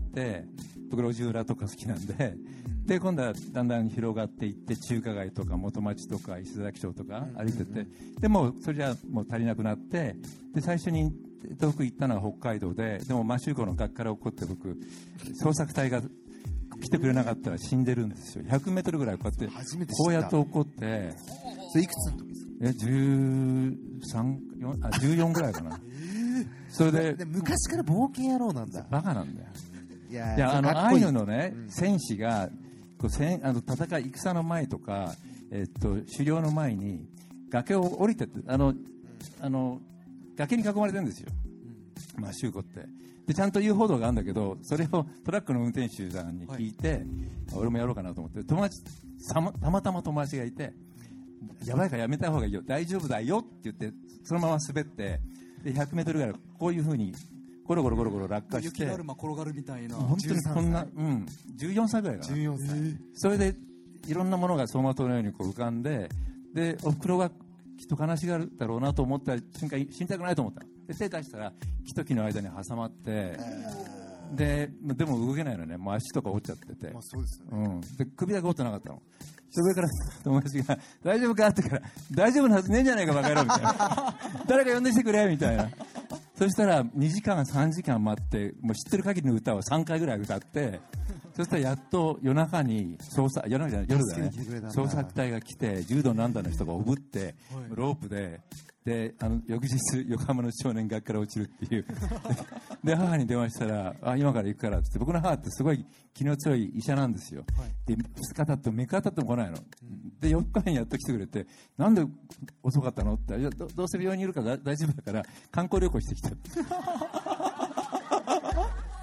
Speaker 5: 僕路地裏とか好きなんで、で今度はだんだん広がっていって、中華街とか元町とか伊勢崎町とか歩いてて、でもそれじゃもう足りなくなって、で最初に遠く行ったのは北海道で、でも摩周湖の崖から落っこって僕捜索隊が来てくれなかったら死んでるんですよ。ひゃくメートルぐらいこうやってこうやって落っこって。
Speaker 4: それいくつの時ですか。
Speaker 5: えじゅうさん、あじゅうよんぐらいかな。それで
Speaker 4: で昔から冒険野郎なんだ。
Speaker 5: バカなんだよ。
Speaker 4: いや
Speaker 5: いや、あのああいうのね、うん、戦士がこう戦あの戦い戦の前とか、えっと狩猟の前に崖を降りてって、あの、うん、あの崖に囲まれてるんですよ、うん、まあ周湖ってでちゃんと遊歩道があるんだけど、それをトラックの運転手さんに聞いて、はい、俺もやろうかなと思って、友達たまたまたま友達がいて、やばいからやめた方がいいよ、大丈夫だよって言って、そのまま滑って、でひゃくメートルぐらいこういう風にゴロゴロゴロゴロ落下して、
Speaker 2: 雪だるま転がるみたいな、
Speaker 5: 本当にこんな、うん、じゅうよんさいぐらいかな。
Speaker 4: じゅうよんさい。
Speaker 5: それでいろんなものが走馬灯のようにこう浮かんで、でお袋がきっと悲しがるだろうなと思った瞬間、死にたくないと思った。で手出したら木と木の間に挟まって、ででも動けないのね、もう足とか折っちゃってて、
Speaker 4: まあそうですね、
Speaker 5: うん、で首だけ折ってなかったの。それから友達が大丈夫かって言うから、大丈夫なはずねえんじゃないかバカ野郎みたいな誰か呼んできてくれみたいな。そしたらにじかんさんじかん待って、もう知ってる限りの歌をさんかいぐらい歌って、そしたらやっと夜中に捜査夜中じゃない夜だね捜索隊が来て、柔道何段の人がおぶってロープで、であの翌日横浜の少年学から落ちるっていうで母に電話したら、あ今から行くからって、僕の母ってすごい気の強い医者なんですよ、はい、でふつか経ってもみっか経っても来ないの、うん、でよっかめにやっと来てくれて、なんで遅かったのって、いや ど, どうせ病院にいるから大丈夫だから観光旅行してきた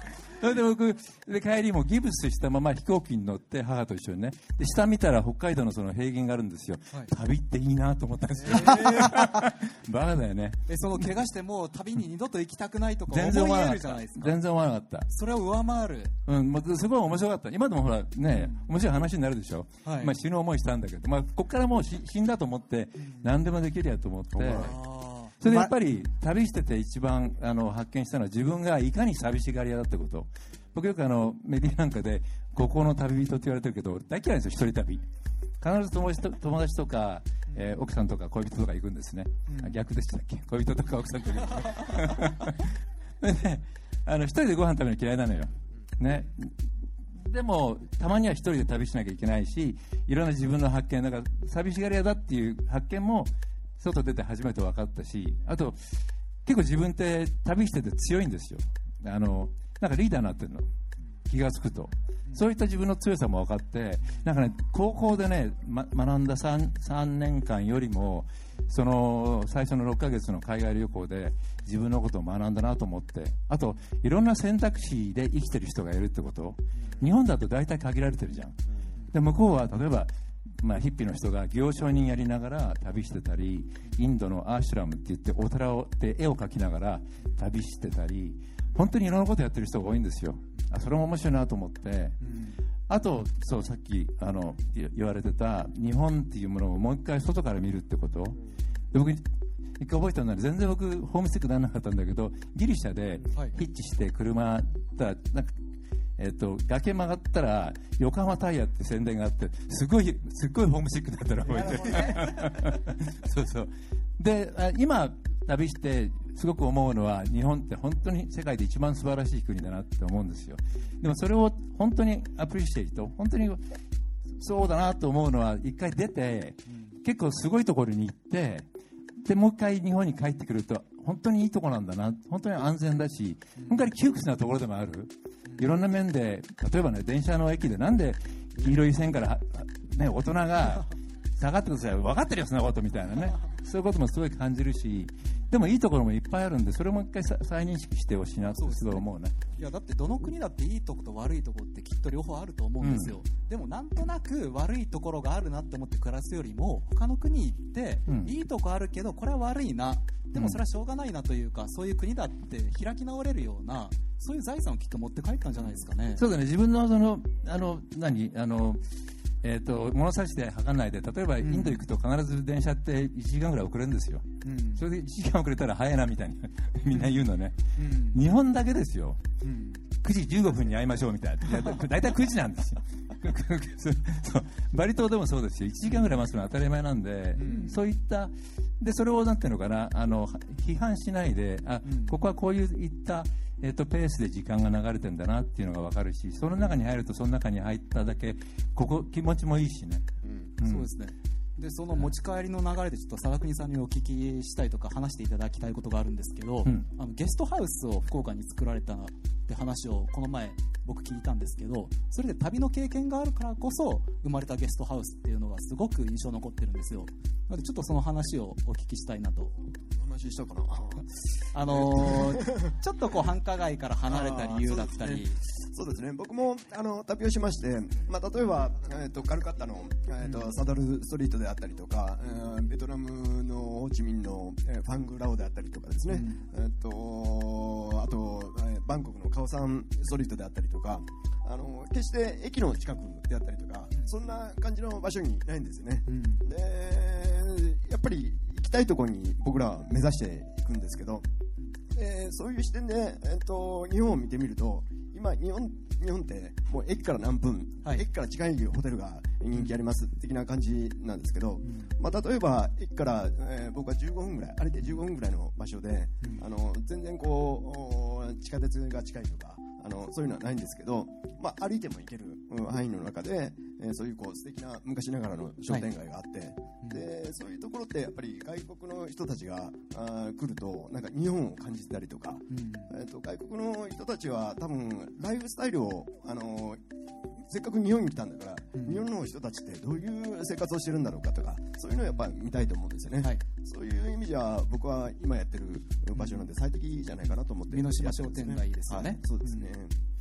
Speaker 5: それで僕で帰りもギブスしたまま飛行機に乗って母と一緒にね、で下見たら北海道のその平原があるんですよ、はい、旅っていいなと思ったんですよ、えー、バカだよね。
Speaker 2: えその怪我してもう旅に二度と行きたくないとか思い得るじゃないですか。
Speaker 5: 全然思わなかった。
Speaker 2: それを上回る、
Speaker 5: うん、すごい面白かった。今でもほらね、面白い話になるでしょ、はい、まあ、死ぬ思いしたんだけど、まあ、ここからもう死んだと思って何でもできるやと思って、それでやっぱり旅してて一番あの発見したのは自分がいかに寂しがり屋だってこと。僕よくあのメディアなんかで孤高の旅人って言われてるけど大嫌いですよ、一人旅。必ず友達と、友達とか、えー、奥さんとか恋人とか行くんですね、うん、逆でしたっけ、恋人とか奥さんとか行くで、あの一人でご飯食べるの嫌いなのよ、ね、でもたまには一人で旅しなきゃいけないし、いろんな自分の発見だから寂しがり屋だっていう発見も外出て初めて分かったし、あと結構自分って旅してて強いんですよ。あのなんかリーダーになってるの気がつくと、そういった自分の強さも分かって、なんかね高校でね、ま、学んだ 3, 3年間よりもその最初のろっかげつの海外旅行で自分のことを学んだなと思って、あといろんな選択肢で生きてる人がいるってこと。日本だと大体限られてるじゃん。で向こうは例えばまあ、ヒッピーの人が行商人やりながら旅してたり、インドのアーシュラムって言ってお寺で絵を描きながら旅してたり、本当にいろんなことやってる人が多いんですよ。あそれも面白いなと思って、うん、あとそうさっきあの言われてた日本っていうものをもう一回外から見るってこと。で僕一回覚えたのは全然僕ホームシックにならなかったんだけど、ギリシャでヒッチして車だなんかえっと、崖曲がったら横浜タイヤって宣伝があって、すごいすごいホームシックだったら覚えてるそうそうで今旅してすごく思うのは、日本って本当に世界で一番素晴らしい国だなって思うんですよ。でもそれを本当にアプリシエイト、本当にそうだなと思うのは、一回出て結構すごいところに行って、でもう一回日本に帰ってくると本当にいいところなんだな、本当に安全だし、本当に窮屈なところでもある。いろんな面で、例えばね、電車の駅でなんで黄色い線から、ね、大人が下がってください、分かってるよそんなことみたいなね、そういうこともすごい感じるし、でもいいところもいっぱいあるんで、それも一回再認識してほしいなとすごい思うね。
Speaker 2: いやだってどの国だっていいところと悪いところってきっと両方あると思うんですよ、うん、でもなんとなく悪いところがあるなって思って暮らすよりも、他の国行って、うん、いいとこあるけどこれは悪いな、でもそれはしょうがないなというか、うん、そういう国だって開き直れるような、そういう財産をきっと持って帰ったんじゃないですかね。
Speaker 5: そうだね、自分のそのあの何あのえー、と物差しで測らないで、例えばインド行くと必ず電車っていちじかんぐらい遅れるんですよ、うん、それでいちじかん遅れたら早いなみたいにみんな言うのね、うん、日本だけですよ、うん、くじじゅうごふんに会いましょうみたいな、だいたいくじなんですよそうバリ島でもそうですよ、いちじかんぐらい待つのは当たり前なんで、うん、そういったでそれをなんていうのかな、あの批判しないで、あ、うん、ここはこういういったえー、とペースで時間が流れてるんだなっていうのが分かるし、その中に入るとその中に入っただけここ気持ちもいいしね、
Speaker 2: うんうん、そうですね。でその持ち帰りの流れでちょっと佐田国さんにお聞きしたいとか話していただきたいことがあるんですけど、うん、あのゲストハウスを福岡に作られたって話をこの前僕聞いたんですけど、それで旅の経験があるからこそ生まれたゲストハウスっていうのがすごく印象残ってるんですよ。なのでちょっとその話をお聞きしたいなと。
Speaker 6: 話したかな
Speaker 2: あのー、ちょっとこう繁華街から離れた理由だったり、
Speaker 6: そうですね、僕もあの旅をしまして、まあ、例えば、えー、とカルカッタの、えー、とサドルストリートであったりとか、えー、ベトナムのホーチミンの、えー、ファングラオであったりとかですね、うん、えー、とあと、えー、バンコクのカオサンストリートであったりとか、あの決して駅の近くであったりとか、そんな感じの場所にないんですよね、うん、でやっぱり行きたいところに僕らは目指していくんですけど、えー、そういう視点で、えー、と日本を見てみると、今日本日本ってもう駅から何分、はい、駅から近いホテルが人気あります的な感じなんですけど、うん、まあ、例えば駅から、えー、僕はじゅうごふんぐらい歩いてじゅうごふんぐらいの場所で、うん、あの全然こう地下鉄が近いとか、あのそういうのはないんですけど、まあ、歩いても行ける範囲の中で、えー、そういうこう素敵な昔ながらの商店街があって、はい、でそういうところってやっぱり外国の人たちがあ来るとなんか日本を感じてたりとか、うん、えー、と外国の人たちは多分ライフスタイルを、あのー、せっかく日本に来たんだから、うん、日本の人たちってどういう生活をしてるんだろうかとか、そういうのをやっぱり見たいと思うんですよね、はい、そういう意味じゃ僕は今やってる場所なんで最適じゃないかなと思って、
Speaker 2: 美濃島商店街ですよね、
Speaker 6: はい、そうですね、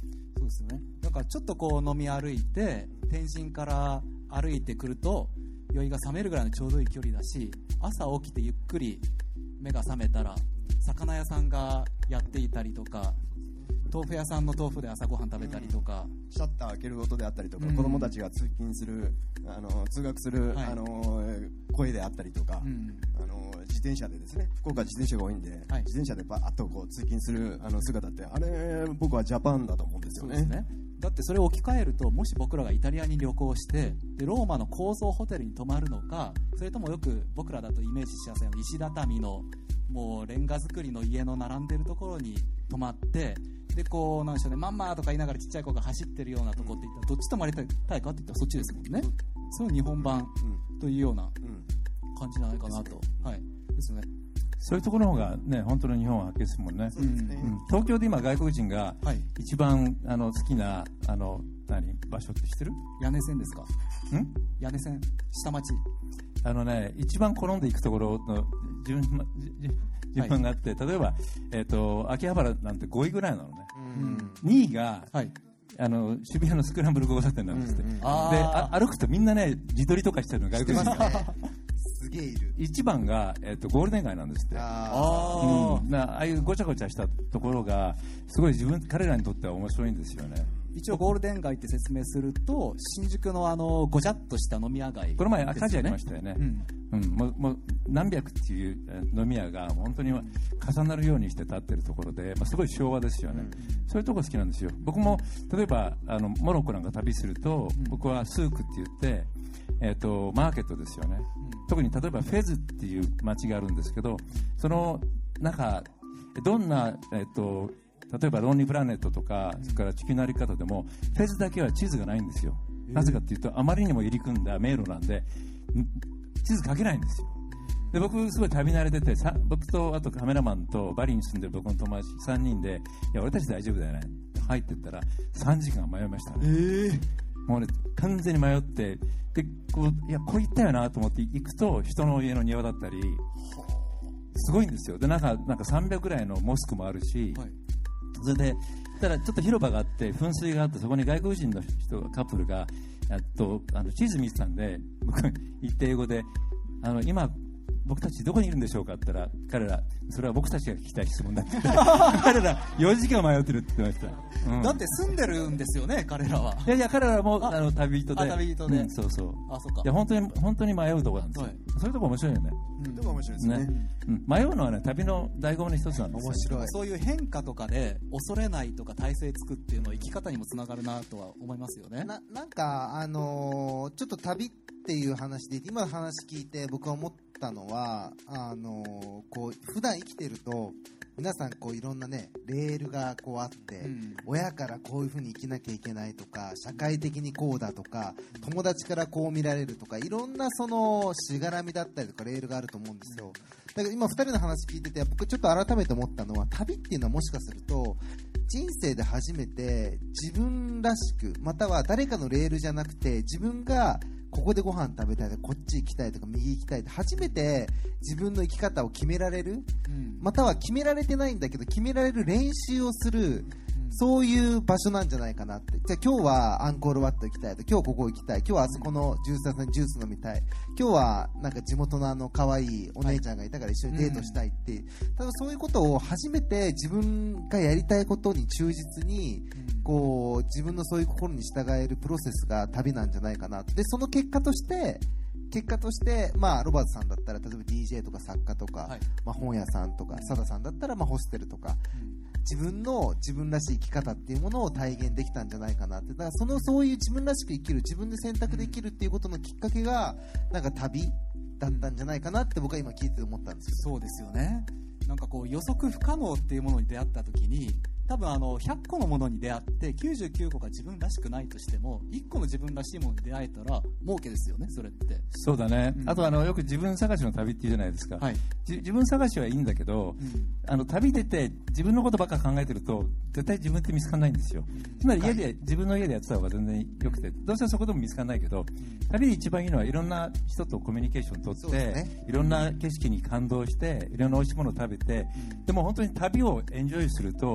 Speaker 2: そうですね。だからちょっとこう飲み歩いて天神から歩いてくると酔いが覚めるぐらいのちょうどいい距離だし、朝起きてゆっくり目が覚めたら魚屋さんがやっていたりとか、豆腐屋さんの豆腐で朝ごはん食べたりとか、
Speaker 6: うん、シャッター開ける音であったりとか、
Speaker 2: うん、
Speaker 6: 子供たちが通勤するあの通学する、はい、あの声であったりとか、うん、あの自転車でですね、福岡自転車が多いんで、はい、自転車でバーッとこう通勤するあの姿って、あれ僕はジャパンだと思うんですよね。
Speaker 2: そうですね。だってそれを置き換えると、もし僕らがイタリアに旅行してでローマの高層ホテルに泊まるのか、それともよく僕らだとイメージしやすい石畳のもうレンガ造りの家の並んでるところに泊まって、でこうなんでしょうね、マンマーとか言いながらちっちゃい子が走ってるようなとこって言ったら、どっち泊まりたいかって言ったらそっちですもんね。その日本版というような感じじゃないかなと、うん、はいですね。
Speaker 5: そういうところの方がね、本当の日本を発見するもんね。そうですね。うん、東京で今外国人が一番、あの好きなあの何場所って知ってる？
Speaker 2: 屋根線ですか？
Speaker 5: ん？
Speaker 2: 屋根線、下町。
Speaker 5: あのね、一番好んでいくところの順順番があって、はい、例えばえっ、ー、と秋葉原なんてごいぐらいなのね。うん、にいが、はい、あの渋谷のスクランブル交差点なんですって。うんうん、であ歩くとみんなね自撮りとかしてるの外国人が。
Speaker 4: すげえいる。
Speaker 5: 一番が、えー、とゴールデン街なんですって。あ、うん、なああいうごちゃごちゃしたところがすごい自分彼らにとっては面白いんですよね。
Speaker 2: 一応ゴールデン街って説明すると、新宿のあのごちゃっとした飲み屋街、ね、
Speaker 5: この前赤字ありましたよね。うんうん、もうもう何百っていう飲み屋が本当に重なるようにして立ってるところで、まあ、すごい昭和ですよね。うん、そういうところ好きなんですよ。僕も例えばあのモロッコなんか旅すると、うん、僕はスークって言って、えー、とマーケットですよね。うん、特に例えばフェズっていう街があるんですけど、その中どんな、えー、と例えばロンリープラネットとか、それから地球の歩き方でもフェズだけは地図がないんですよ。なぜかっていうと、あまりにも入り組んだ迷路なんで地図書けないんですよ。で僕すごい旅慣れてて、さ僕とあとカメラマンとバリに住んでる僕の友達さんにんで、いや俺たち大丈夫だよねって入ってったらさんじかん迷いましたね。えー、もうね完全に迷って、でこういやこう言ったよなと思って行くと、人の家の庭だったりすごいんですよ。でなんかなんかさんびゃくぐらいのモスクもあるし、はい、それでただちょっと広場があって噴水があって、そこに外国人の人がカップルがやっとあの地図見てたんで、僕行って英語であの今僕たちどこにいるんでしょうかって言ったら、彼らそれは僕たちが聞きたい質問だって彼らよじかん迷ってるって言ってました。
Speaker 2: うん、だって住んでるんですよね彼らは。
Speaker 5: いやいや彼らもあの旅人で。
Speaker 2: 旅人で、
Speaker 5: うん、そうそう。
Speaker 2: あそうか。
Speaker 5: いや本当に本当に迷うところなんですよ。はい、そういうとこ面白いよね。
Speaker 6: うん、でも面白いですね。ね、
Speaker 5: うん、迷うのはね旅の醍醐味の一つなんですよ。
Speaker 2: 面白い。そういう変化とかで恐れないとか体制つくっていうのは生き方にもつながるなとは思いますよね。
Speaker 4: ななんかあのー、ちょっと旅っていう話で今の話聞いて僕は思ったのは、あのー、こう普段生きてると皆さんこういろんなねレールがこうあって、うん、親からこういう風に生きなきゃいけないとか、社会的にこうだとか、友達からこう見られるとか、いろんなそのしがらみだったりとかレールがあると思うんですよ。だから今ふたりの話聞いてて、僕ちょっと改めて思ったのは、旅っていうのはもしかすると人生で初めて自分らしく、または誰かのレールじゃなくて自分がここでご飯食べたいとか、こっち行きたいとか右行きたいって初めて自分の生き方を決められる、うん、または決められてないんだけど決められる練習をする、うん、そういう場所なんじゃないかなって。じゃあ今日はアンコールワット行きたいと、今日ここ行きたい、今日はあそこのジュース屋さんにジュース飲みたい、今日はなんか地元のあの可愛いお姉ちゃんがいたから一緒にデートしたいって、はい、うん、多分そういうことを初めて自分がやりたいことに忠実に、うん、こう自分のそういう心に従えるプロセスが旅なんじゃないかな。でその結果として結果として、まあ、ロバートさんだったら例えば ディージェー とか作家とか、はい、まあ、本屋さんとか、サダさんだったらまあホステルとか、うん、自分の自分らしい生き方っていうものを体現できたんじゃないかなって。だからそのそういう自分らしく生きる、自分で選択できるっていうことのきっかけがなんか旅だったんじゃないかなって僕は今聞いて思ったんですけど。
Speaker 2: そうですよね。なんかこう予測不可能っていうものに出会った時に、多分あのひゃっこのものに出会ってきゅうじゅうきゅうこが自分らしくないとしてもいっこの自分らしいものに出会えたら儲けですよね、それって。
Speaker 5: そうだね、うん、あとあのよく自分探しの旅っていうじゃないですか、はい、自分探しはいいんだけど、うん、あの旅出て自分のことばっか考えてると絶対自分って見つからないんですよ、うん、つまり家で、はい、自分の家でやってた方が全然よくて、どうせそこでも見つからないけど、うん、旅で一番いいのはいろんな人とコミュニケーションを取って、ね、いろんな景色に感動していろんな美味しいものを食べて、うん、でも本当に旅をエンジョイすると、うん、なんと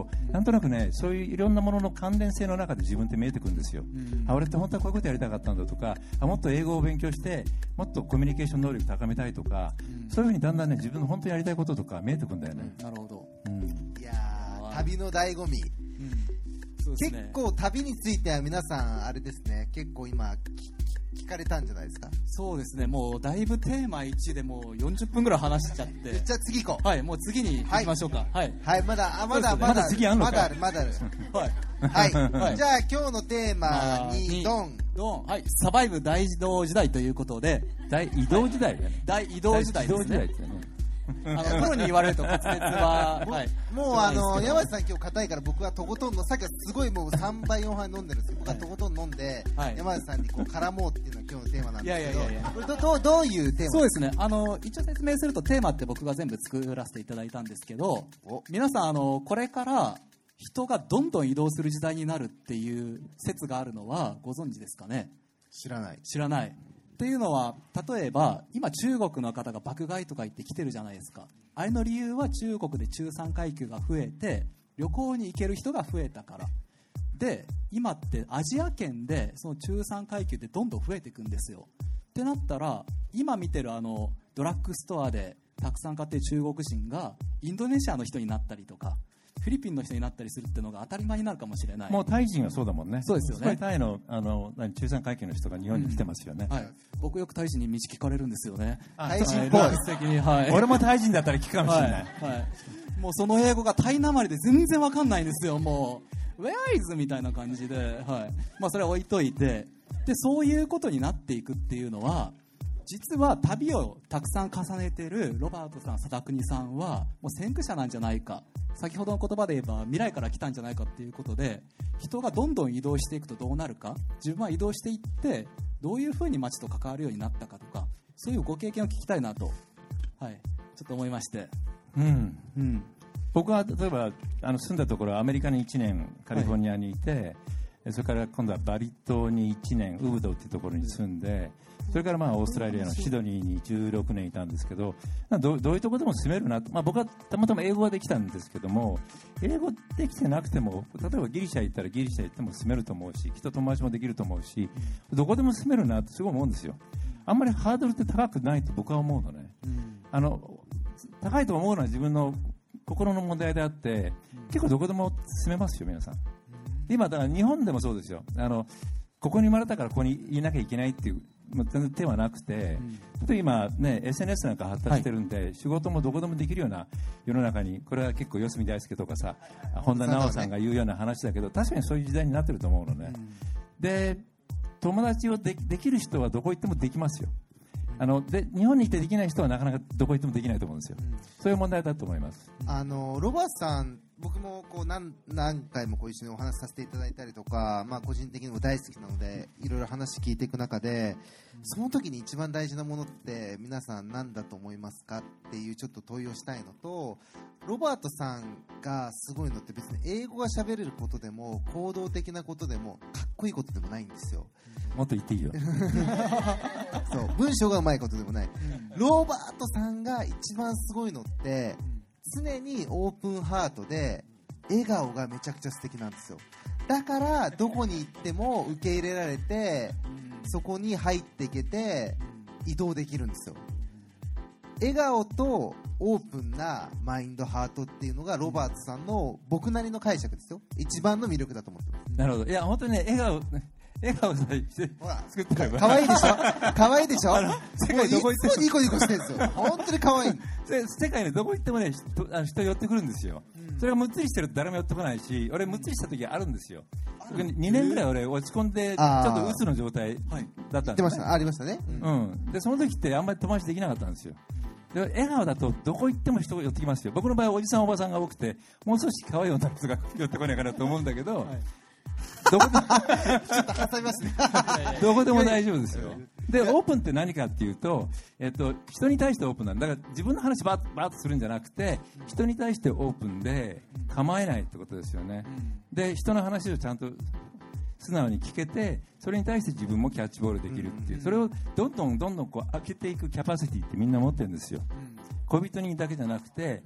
Speaker 5: となくね、そういういろんなものの関連性の中で自分って見えてくるんですよ、うん、あ、俺って本当はこういうことやりたかったんだとか、あ、もっと英語を勉強してもっとコミュニケーション能力高めたいとか、うん、そういうふうにだんだんね、自分の本当にやりたいこととか見えてくるんだよね、
Speaker 2: うん、なるほど、
Speaker 5: うん、
Speaker 4: いやー、旅の醍醐味、うんそうですね、結構旅については皆さんあれですね、結構今聞かれたんじゃないですか。
Speaker 2: そうですね、もうだいぶテーマいちでもうよんじゅっぷんぐらい話しちゃって、
Speaker 4: じゃあ次行こう。
Speaker 2: はい、もう次に行きましょうか。はい、はい、
Speaker 4: はい、まだあまだ、
Speaker 5: ね、まだ次あんのか、
Speaker 4: まだあるまだある
Speaker 2: はい
Speaker 4: はい、はい、じゃあ今日のテーマにドン
Speaker 2: ドン、はい、サバイブ大移動時代ということで、
Speaker 5: 大移動時代だね、
Speaker 2: 大移動時代ですね。あのプロに言われると滑舌は、はい、
Speaker 4: もうあの山内さん今日硬いから、僕はとことんのさっきはすごいもうさんばいよんはい飲んでるんですけど、僕はとことん飲んで、はい、山内さんにこう絡もうっていうのが今日のテーマなんですけど、いやいやいやいや、これ ど, ど, どういうテーマ？
Speaker 2: そうですね、あの一応説明すると、テーマって僕が全部作らせていただいたんですけど、皆さんあのこれから人がどんどん移動する時代になるっていう説があるのはご存知ですかね？
Speaker 4: 知らない
Speaker 2: 知らないっていうのは、例えば今中国の方が爆買いとか言って来てるじゃないですか。あれの理由は中国で中産階級が増えて旅行に行ける人が増えたからで、今ってアジア圏でその中産階級ってどんどん増えていくんですよ。ってなったら、今見てるあのドラッグストアでたくさん買ってる中国人がインドネシアの人になったりとかフィリピンの人になったりするっていうのが当たり前になるかもしれない。
Speaker 5: もうタイ人はそうだもんね。
Speaker 2: そうですよね。
Speaker 5: タイの、あの中産階級の人が日本に来てますよね、
Speaker 2: うん、はい、僕よくタイ人に道聞かれるんですよね。
Speaker 4: タイ人っぽい、
Speaker 2: はい、
Speaker 5: 俺もタイ人だったら聞くかもしれない、
Speaker 2: はいはい、もうその英語がタイなまりで全然わかんないんですよ。もう Where is みたいな感じで、はい、まあ、それは置いといて、でそういうことになっていくっていうのは、実は旅をたくさん重ねてるロバートさん、佐田国さんはもう先駆者なんじゃないか、先ほどの言葉で言えば未来から来たんじゃないかっていうことで、人がどんどん移動していくとどうなるか、自分は移動していってどういうふうに街と関わるようになったかとか、そういうご経験を聞きたいなと、はい、ちょっと思いまして、
Speaker 5: うんうん、僕は例えばあの住んだところはアメリカにいちねんカリフォルニアにいて、はい、それから今度はバリ島にいちねんウブドっていうところに住んで、それからまあオーストラリアのシドニーにじゅうろくねんいたんですけど、ど, どういうところでも住めるなと、まあ、僕はたまたま英語ができたんですけども、英語できてなくても例えばギリシャ行ったらギリシャ行っても住めると思うし、人友達もできると思うし、どこでも住めるなってすごい思うんですよ。あんまりハードルって高くないと僕は思うのね、うん、あの高いと思うのは自分の心の問題であって、結構どこでも住めますよ皆さん。今だから日本でもそうですよ。あのここに生まれたからここにいなきゃいけないっていう全然手はなくて、うん、今、ね、エスエヌエス なんか発達してるんで、はい、仕事もどこでもできるような世の中に、これは結構四隅大輔とかさ、本田直さんが言うような話だけど、確かにそういう時代になってると思うのね、うん、で友達を で, できる人はどこ行ってもできますよ。あので日本に来てできない人はなかなかどこ行ってもできないと思うんですよ、うん、そういう問題だと思います。
Speaker 4: あのロバートさん、僕もこう 何, 何回もこう一緒にお話しさせていただいたりとか、まあ、個人的にも大好きなのでいろいろ話聞いていく中で、その時に一番大事なものって皆さん何だと思いますかっていうちょっと問いをしたいのと、ロバートさんがすごいのって別に英語が喋れることでも行動的なことでもかっこいいことでもないんですよ。
Speaker 5: もっと言っていいよ
Speaker 4: そう文章がうまいことでもない、うん、ロバートさんが一番すごいのって常にオープンハートで笑顔がめちゃくちゃ素敵なんですよ。だからどこに行っても受け入れられて、うん、そこに入っていけて移動できるんですよ。笑顔とオープンなマインドハートっていうのがロバートさんの僕なりの解釈ですよ。一番の魅力だと思ってます。
Speaker 5: なるほど。いや本当にね、笑顔笑顔さして作ってれば
Speaker 4: 可愛いでしょ可愛いでしょ
Speaker 5: あの世界どこ行っても
Speaker 4: いつもニコニコしてるんですよ。本当に可愛い
Speaker 5: 世界でどこ行ってもね、人, あの人寄ってくるんですよ、うん、それがむっつりしてると誰も寄ってこないし、俺むっつりした時あるんですよ。にねんぐらい俺落ち込んでちょっと鬱の状態だったんです、ね、
Speaker 4: 言ってました、ありましたね、
Speaker 5: うんうん、でその時ってあんまり友達できなかったんですよ。で笑顔だとどこ行っても人が寄ってきますよ。僕の場合はおじさんおばさんが多くて、もう少し可愛い女の人が寄ってこないかなと思うんだけど、はい、どこで
Speaker 4: ちょっと挟みますね
Speaker 5: どこでも大丈夫ですよ。でオープンって何かっていうと、えっと、人に対してオープンなんだ。だから自分の話バーッバーッとするんじゃなくて、人に対してオープンで構えないってことですよね。で人の話をちゃんと素直に聞けて、それに対して自分もキャッチボールできるっていう、それをどんどんどんどんこう開けていくキャパシティってみんな持ってるんですよ。恋人にだけじゃなくて、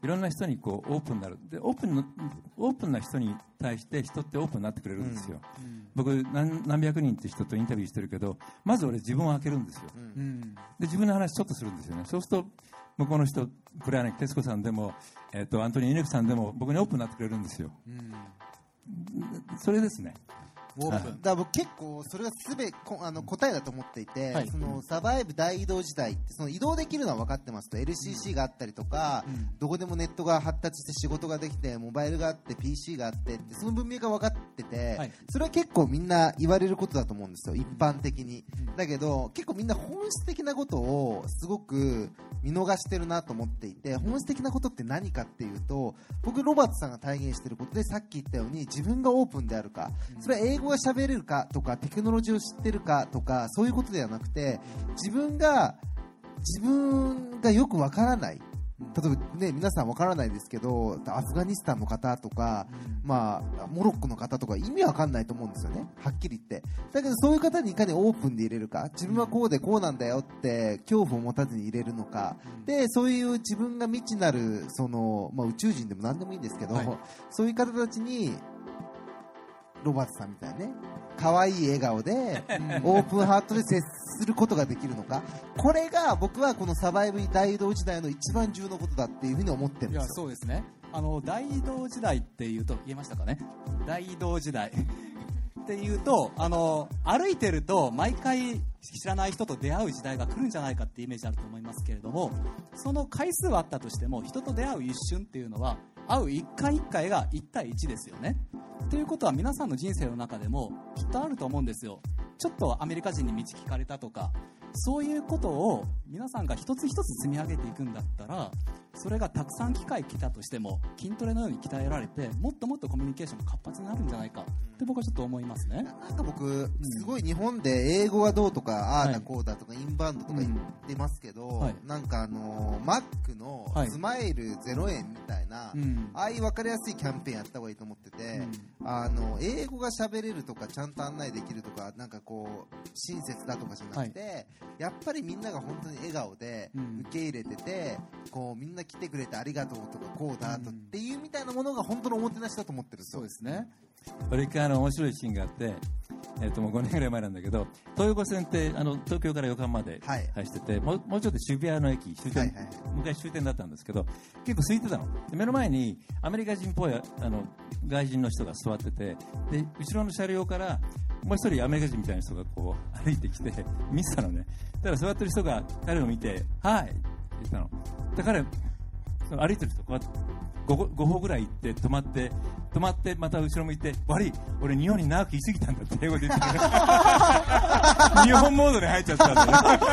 Speaker 5: いろんな人にこうオープンになる。で、オープンの、オープンな人に対して人ってオープンになってくれるんですよ。うんうん、僕何、何百人って人とインタビューしてるけど、まず俺自分を開けるんですよ。うん、で、自分の話ちょっとするんですよね。そうすると、向こうの人、黒柳徹子さんでも、えっと、アントニー猪木さんでも僕にオープンになってくれるんですよ。うん、それですね。
Speaker 4: オープン。だから僕結構それがすべあの答えだと思っていて、はい、そのサバイブ大移動時代ってその移動できるのは分かってますと エルシーシー があったりとか、うん、どこでもネットが発達して仕事ができてモバイルがあって ピーシー があってってその文明が分かってて、はい、それは結構みんな言われることだと思うんですよ一般的に、うん、だけど結構みんな本質的なことをすごく見逃してるなと思っていて本質的なことって何かっていうと僕ロバートさんが体現していることでさっき言ったように自分がオープンであるかそれは英語が喋れるかとかテクノロジーを知ってるかとかそういうことではなくて自分が自分がよくわからない例えばね皆さんわからないですけどアフガニスタンの方とか、まあ、モロッコの方とか意味わかんないと思うんですよねはっきり言ってだけどそういう方にいかにオープンで入れるか自分はこうでこうなんだよって恐怖を持たずに入れるのかでそういう自分が未知なるその、まあ、宇宙人でも何でもいいんですけど、はい、そういう方たちにロバートさんみたいなね可愛い笑顔でオープンハートで接することができるのかこれが僕はこのサバイブ大移動時代の一番重要なことだっていうふうに思ってるんですよ。いや
Speaker 2: そうですねあの大移動時代っていうと言えましたかね大移動時代っていうとあの歩いてると毎回知らない人と出会う時代が来るんじゃないかってイメージあると思いますけれどもその回数はあったとしても人と出会う一瞬っていうのは会う一回一回がいち対いちですよねということは皆さんの人生の中でもきっとあると思うんですよちょっとアメリカ人に道聞かれたとかそういうことを皆さんが一つ一つ積み上げていくんだったらそれがたくさん機会来たとしても筋トレのように鍛えられてもっともっとコミュニケーションが活発になるんじゃないかって僕はちょっと思いますね。
Speaker 4: なんか僕すごい日本で英語はどうとかあーだこうだとかインバウンドとか言ってますけど、はい、なんかあのマックのスマイルゼロえんみたいな、はい、ああいう分かりやすいキャンペーンやった方がいいと思ってて、うん、あの英語が喋れるとかちゃんと案内できるとかなんかこう親切だとかじゃなくて、はい、やっぱりみんなが本当に笑顔で受け入れてて、うん、こうみんな来てくれてありがとうとかこうだとっていうみたいなものが本当のおもてなしだと思ってるんですよ。
Speaker 5: そうですね。これ一回あの面白いシーンがあって、えー、ともうごねんぐらい前なんだけど東横線ってあの東京から横浜まで走ってて、はい、も, うもうちょっと渋谷の駅終点、はいはい、昔終点だったんですけど結構空いてたので目の前にアメリカ人っぽいあの外人の人が座っててで後ろの車両からもう一人アメリカ人みたいな人がこう歩いてきて見てたのねだから座ってる人が彼を見てはいって言ったので彼歩いてる人こうやって 5, 5歩ぐらい行って止まって止まってまた後ろ向いて悪い俺日本に長くいすぎたんだって英語で言って日本モードに入っちゃったんだ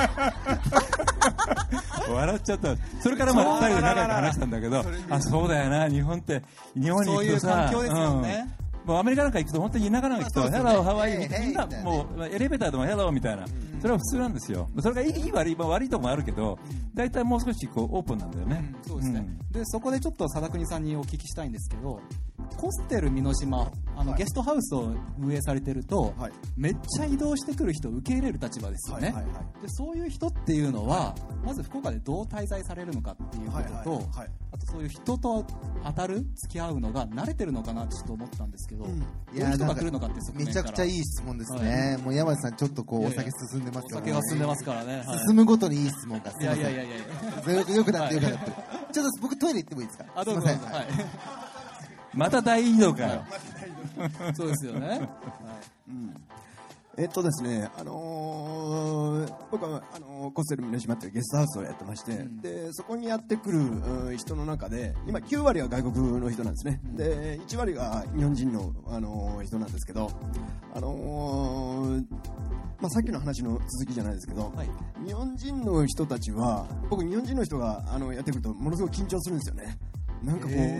Speaker 5: よ笑っちゃったそれからまあふたりで仲良く話したんだけどあそうだよな日本って日本に行くとさ
Speaker 2: そういう環境ですよね、
Speaker 5: うんもうアメリカなんか行くと本当に田舎なんか行くと、ヘローハワイみんなもうエレベーターでもヘローみたいな、それは普通なんですよ。それがいい悪い、まあ、悪いとこもあるけど、大体もう少しこうオープンなんだよね。
Speaker 2: うん、そうですね。うん、でそこでちょっと佐田国さんにお聞きしたいんですけど、コステル美濃島あの、はい、ゲストハウスを運営されてると、はい、めっちゃ移動してくる人を受け入れる立場ですよね。はいはいはい、でそういう人っていうのは、まず福岡でどう滞在されるのかっていうことと、はいはいはい、あとそういう人と当たる付き合うのが慣れてるのかなってちょっと思ったんですけど、うん、どういう人が来るのかって側面から
Speaker 4: めちゃくちゃいい質問ですね。はい、もう山地さんちょっとこうお酒進んでます
Speaker 2: よね。お酒が進んでますからね。はい、
Speaker 4: 進むごとにいい質問が。
Speaker 2: いやいやいやいや。
Speaker 4: よくよくなってよくなってる。ちょっと僕トイレ行ってもいいですか。
Speaker 2: あどうぞどうぞ。はい。
Speaker 5: また大移動かよ。
Speaker 2: そうですよね。はい
Speaker 6: うんえっとですね、あのー、僕はあのー、コステル美濃島というゲストハウスをやってまして、うん、でそこにやってくる、うん、人の中で今きゅうわりは外国の人なんですね、うん、でいちわりが日本人の、あのー、人なんですけど、あのーまあ、さっきの話の続きじゃないですけど、はい、日本人の人たちは僕日本人の人があのやってくるとものすごく緊張するんですよね。なんかこう、うん、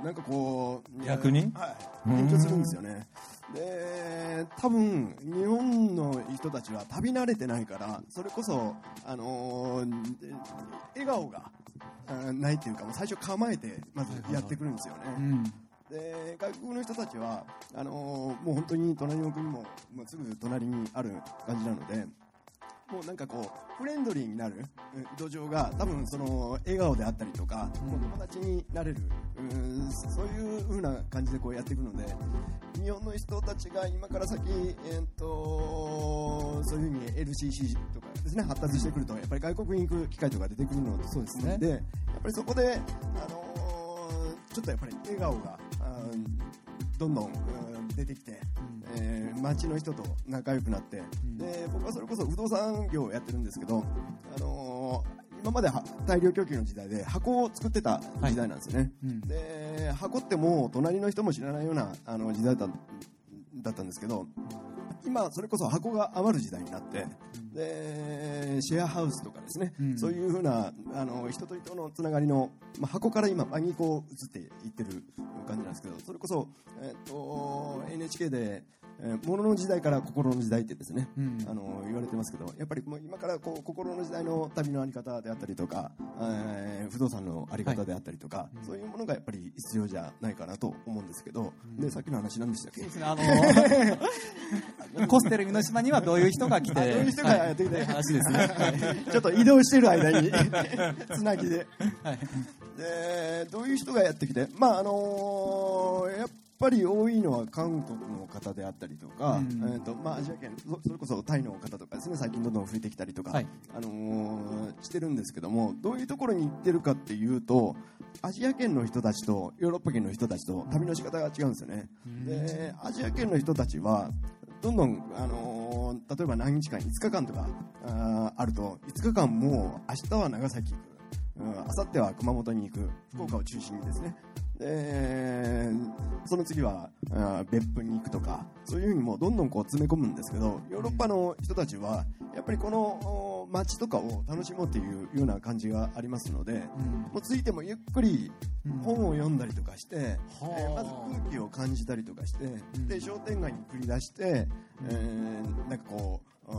Speaker 6: なんかこう
Speaker 5: 逆に、
Speaker 6: はい、緊張するんですよね。で多分日本の人たちは旅慣れてないからそれこそ、あのー、笑顔がないっていうかもう最初構えてまずやってくるんですよね。うん、で外国の人たちはあのー、もう本当に隣の国ももうすぐ隣にある感じなのでもうなんかこうフレンドリーになる土壌が多分その笑顔であったりとか、うん、友達になれる、うん、そういう風な感じでこうやっていくので、日本の人たちが今から先、えー、とそういう風に エルシーシー とかですね発達してくるとやっぱり外国に行く機会とか出てくるので、そうですね。でやっぱりそこで、あのー、ちょっとやっぱり笑顔がどんどん、うん、出てきて、うんえー、街の人と仲良くなって、うん、で僕はそれこそ不動産業をやってるんですけど、あのー、今までは大量供給の時代で箱を作ってた時代なんですよね、はいうん、で箱ってもう隣の人も知らないようなあの時代だった、だったんですけど、今それこそ箱が余る時代になって、でシェアハウスとかですね、うん、そういうふうなあの人と人のつながりの、まあ、箱から今場にこう移っていってる感じなんですけど、それこそ、えー、と エヌエイチケー でえー、物の時代から心の時代ってですね、うん、あの言われてますけど、やっぱりもう今からこう心の時代の旅のあり方であったりとか、えー、不動産のあり方であったりとか、はい、そういうものがやっぱり必要じゃないかなと思うんですけど、うん、でさっきの話何でしたっけ？そうですね、あ
Speaker 2: のー、コステル美濃島にはどういう人が来て、どう
Speaker 6: いう人がやってきて、
Speaker 2: はい、話ですね。
Speaker 6: ちょっと移動してる間につなぎで、はい、でどういう人がやってきて、まああのー、やっやっぱり多いのは韓国の方であったりとか、うんえーとまあ、アジア圏 そ, それこそタイの方とかですね、最近どんどん増えてきたりとか、はいあのー、してるんですけども、どういうところに行ってるかっていうと、アジア圏の人たちとヨーロッパ圏の人たちと旅の仕方が違うんですよね。でアジア圏の人たちはどんどん、あのー、例えば何日間いつかかんとか あ, あるといつかかんもう明日は長崎行く、明後日は熊本に行く、福岡を中心にですね、でその次は別府に行くとか、そういう風にもうどんどんこう詰め込むんですけど、ヨーロッパの人たちはやっぱりこの街とかを楽しもうっていうような感じがありますので、うん、もうついてもゆっくり本を読んだりとかして、うんえー、まず空気を感じたりとかして、うん、で商店街に繰り出して、うんえー、なんかこう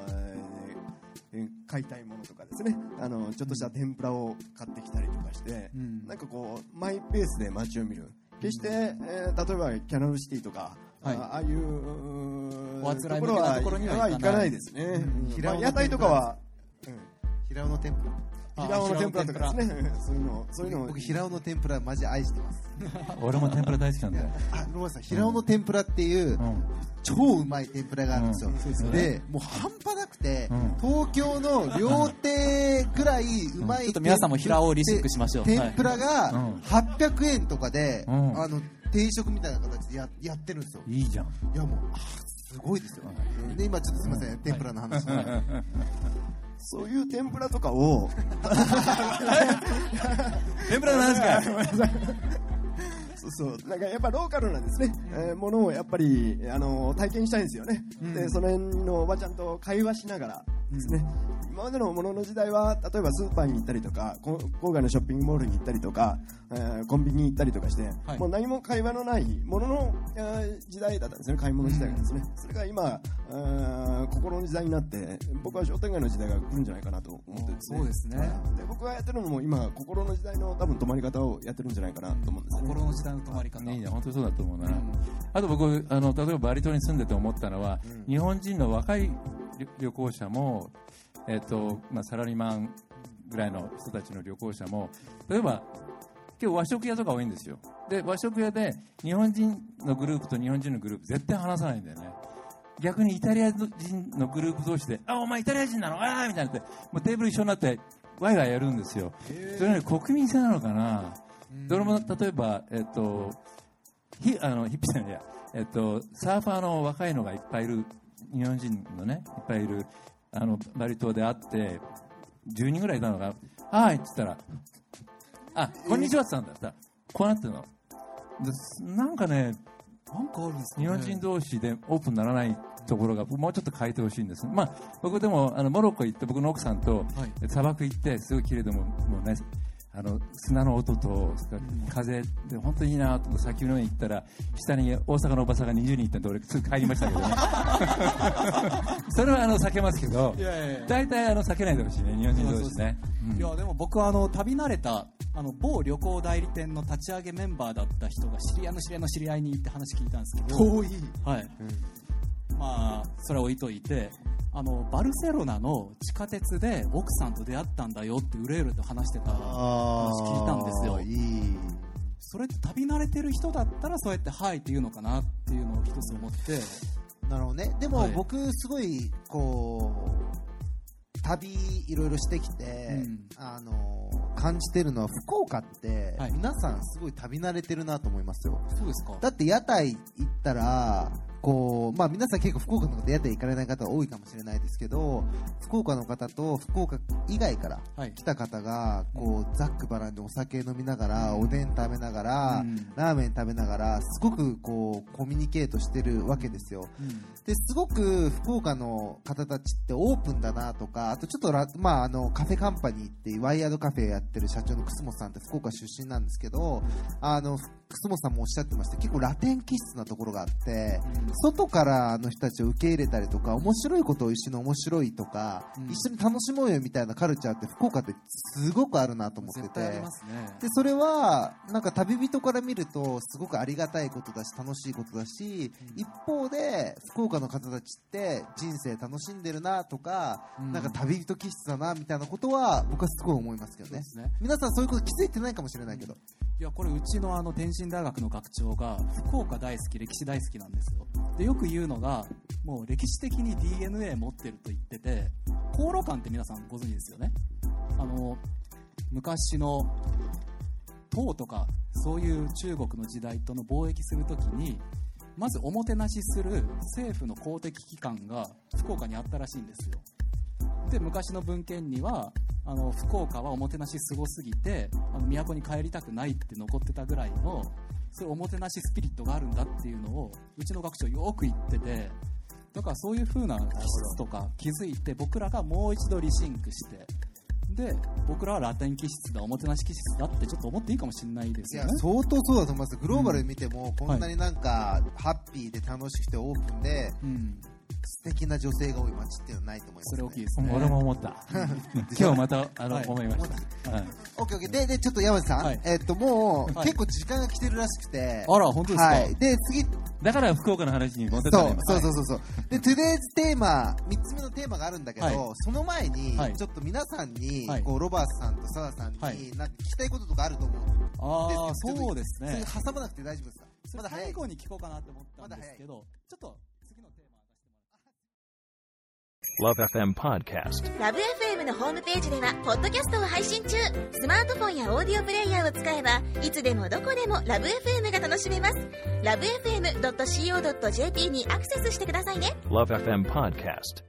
Speaker 6: 買いたいものとかですね、あのちょっとした天ぷらを買ってきたりとかして、うん、なんかこうマイペースで街を見る。決して、えー、例えばキャナルシティとか、はい、ああいう
Speaker 2: おあつらい向けなところには行かないですね、
Speaker 6: うんまあ、屋台とかは、うん、
Speaker 4: 平尾の天ぷら
Speaker 6: 平尾の天ぷらとかですねそういうのそういうの
Speaker 4: 僕平尾の天ぷらマジ愛してます
Speaker 5: 俺も天ぷら大好きなんだよ。
Speaker 4: あ、ロマさん、平尾の天ぷらっていう、うん、超うまい天ぷらがあるんですよ、うん、でもう半端なくて、うん、東京の料亭ぐらいうまい、うん、
Speaker 2: ちょっと皆さんも平尾をリシックしましょう。
Speaker 4: 天ぷらがはっぴゃくえんとかで、うん、あの定食みたいな形で や, やってるんですよ。
Speaker 5: いいじゃん。
Speaker 4: いやもうすごいですよ、うん、で今ちょっとすみません、うん、天ぷらの話、はい
Speaker 6: そういう天ぷらとかを
Speaker 5: 天ぷらの話か
Speaker 6: そうそうなんかやっぱローカルなんですね、うんえー、ものをやっぱり、あのー、体験したいんですよね、うん、でその辺のおばちゃんと会話しながらですね、うん、今までのものの時代は例えばスーパーに行ったりとか郊外のショッピングモールに行ったりとか、えー、コンビニに行ったりとかして、はい、もう何も会話のないものの、えー、時代だったんですね、買い物時代がですね、うん、それが今心の時代になって僕は商店街の時代が来るんじゃないかなと思ってですね。
Speaker 2: そうですね。
Speaker 6: で僕がやってるのも今心の時代の多分止まり方をやってるんじゃないかなと思うんですね。
Speaker 2: 心の時代の止まり方。
Speaker 5: いいね、本当にそうだと思うな、うん、あと僕あの例えばバリ島に住んでて思ったのは、うん、日本人の若い旅行者も、えーとまあ、サラリーマンぐらいの人たちの旅行者も例えば今日和食屋とか多いんですよ。で和食屋で日本人のグループと日本人のグループ絶対話さないんだよね。逆にイタリア人のグループ同士で、あ、お前イタリア人なのあーみたいなって、もうテーブル一緒になってワイワイやるんですよ。それより国民性なのかな。どれも例えば、えっと、ヒあのヒッピーじゃないや、えっと、サーファーの若いのがいっぱいいる、日本人のね、いっぱいいる、あの、バリ島で会って、じゅうにんぐらいいたのが、はいって言ったら、あ、こんにちはって言ったんだったら、こうなってるの。でなんかね、
Speaker 2: なんかあるんですかね、
Speaker 5: 日本人同士でオープンにならないところがもうちょっと変えてほしいんです。まあ、僕でもあのモロッコ行って僕の奥さんと砂漠行ってすごい綺麗でももうね、あの砂の音と風で本当にいいなと先の上に行ったら下に大阪のおばさんがにじゅうにんいたんで俺すぐ帰りましたけどねそれはあの避けますけど、大体あの避けないでほしいね、日本人同士ね。
Speaker 2: うん、いやでも僕はあの旅慣れたあの某旅行代理店の立ち上げメンバーだった人が知り合いの知り合いの知り合いに行って話聞いたんですけど、
Speaker 6: 遠い、
Speaker 2: はい、うん、まあそれは置いといて、ああのバルセロナの地下鉄で奥さんと出会ったんだよってうれうれと話してた話聞いたんですよ。
Speaker 4: いい。
Speaker 2: それって旅慣れてる人だったらそうやってはいって言うのかなっていうのを一つ思って。
Speaker 4: なるほどね。でも僕すごいこう旅いろいろしてきて、うん、あの感じてるのは福岡って、はい、皆さんすごい旅慣れてるなと思いますよ。
Speaker 2: そうですか。
Speaker 4: だって屋台行ったらこう、まあ、皆さん結構福岡の方で屋台行かれない方が多いかもしれないですけど、福岡の方と福岡以外から来た方がこうざっくばらんでお酒飲みながら、おでん食べながら、うん、ラーメン食べながらすごくこうコミュニケートしてるわけですよ、うん、ですごく福岡の方たちってオープンだなとか、あとちょっとラ、まあ、あのカフェカンパニーっていうワイヤードカフェやってる社長の楠本さんって福岡出身なんですけど、あの楠本さんもおっしゃってました。結構ラテン気質なところがあって、うん、外からの人たちを受け入れたりとか、面白いことを一緒に面白いとか、うん、一緒に楽しもうよみたいなカルチャーって福岡ってすごくあるなと思ってて、
Speaker 2: 絶対ありますね。
Speaker 4: でそれはなんか旅人から見るとすごくありがたいことだし楽しいことだし、うん、一方で福岡の方たちって人生楽しんでるなとか、うん、なんか旅人気質だなみたいなことは僕はすごい思いますけど ね, ね皆さんそういうこと気づいてないかもしれないけど、
Speaker 2: いやこれうちのあの天津大学の学長が福岡大好き、歴史大好きなんですよ。でよく言うのが、もう歴史的に ディーエヌエー 持ってると言ってて、航路館って皆さんご存知ですよね。あの昔の唐とかそういう中国の時代との貿易するときに、まずおもてなしする政府の公的機関が福岡にあったらしいんですよ。で昔の文献にはあの福岡はおもてなしすごすぎてあの都に帰りたくないって残ってたぐらいの、そういうおもてなしスピリットがあるんだっていうのをうちの学長よく言ってて、だからそういう風な気質とか気づいて、僕らがもう一度リシンクして、で僕らはラテン気質だ、おもてなし気質だってちょっと思っていいかもしれないですよね。
Speaker 4: いや相当そうだと思います。グローバルで見ても、うん、こんなになんか、はい、ハッピーで楽しくてオープンで、うん、素敵な女性が多い街っていうのはないと思います、ね、
Speaker 2: それ大きいですね。
Speaker 5: 俺も思った今日またあの、はい、思いました、はい、
Speaker 4: オッケーオッケー。ででちょっと山地さん、はい、えー、っともう、はい、結構時間が来てるらしくて、
Speaker 2: あら本当ですか、はい、
Speaker 4: で次
Speaker 5: だから福岡の話に戻ってたね。
Speaker 4: そうそうそうそう、はい、でトゥデイズテーマみっつめのテーマがあるんだけど、はい、その前に、はい、ちょっと皆さんに、はい、こうロバートさんとサダさんに、はい、なんか聞きたいこととかあると思うんです。
Speaker 2: ああそうですね。
Speaker 4: それ挟まなくて大丈夫ですか。
Speaker 2: まだ最後に聞こうかなって思ったんですけど、ちょっと次のテーマ
Speaker 7: ラブ エフエム Podcast。
Speaker 8: ラブ エフエム のホームページではポッドキャストを配信中。スマートフォンやオーディオプレイヤーを使えばいつでもどこでもラブ エフエム が楽しめます。ラブ エフエムドットシーオードットジェーピー にアクセスしてくださいね。
Speaker 7: ラブ エフエム Podcast。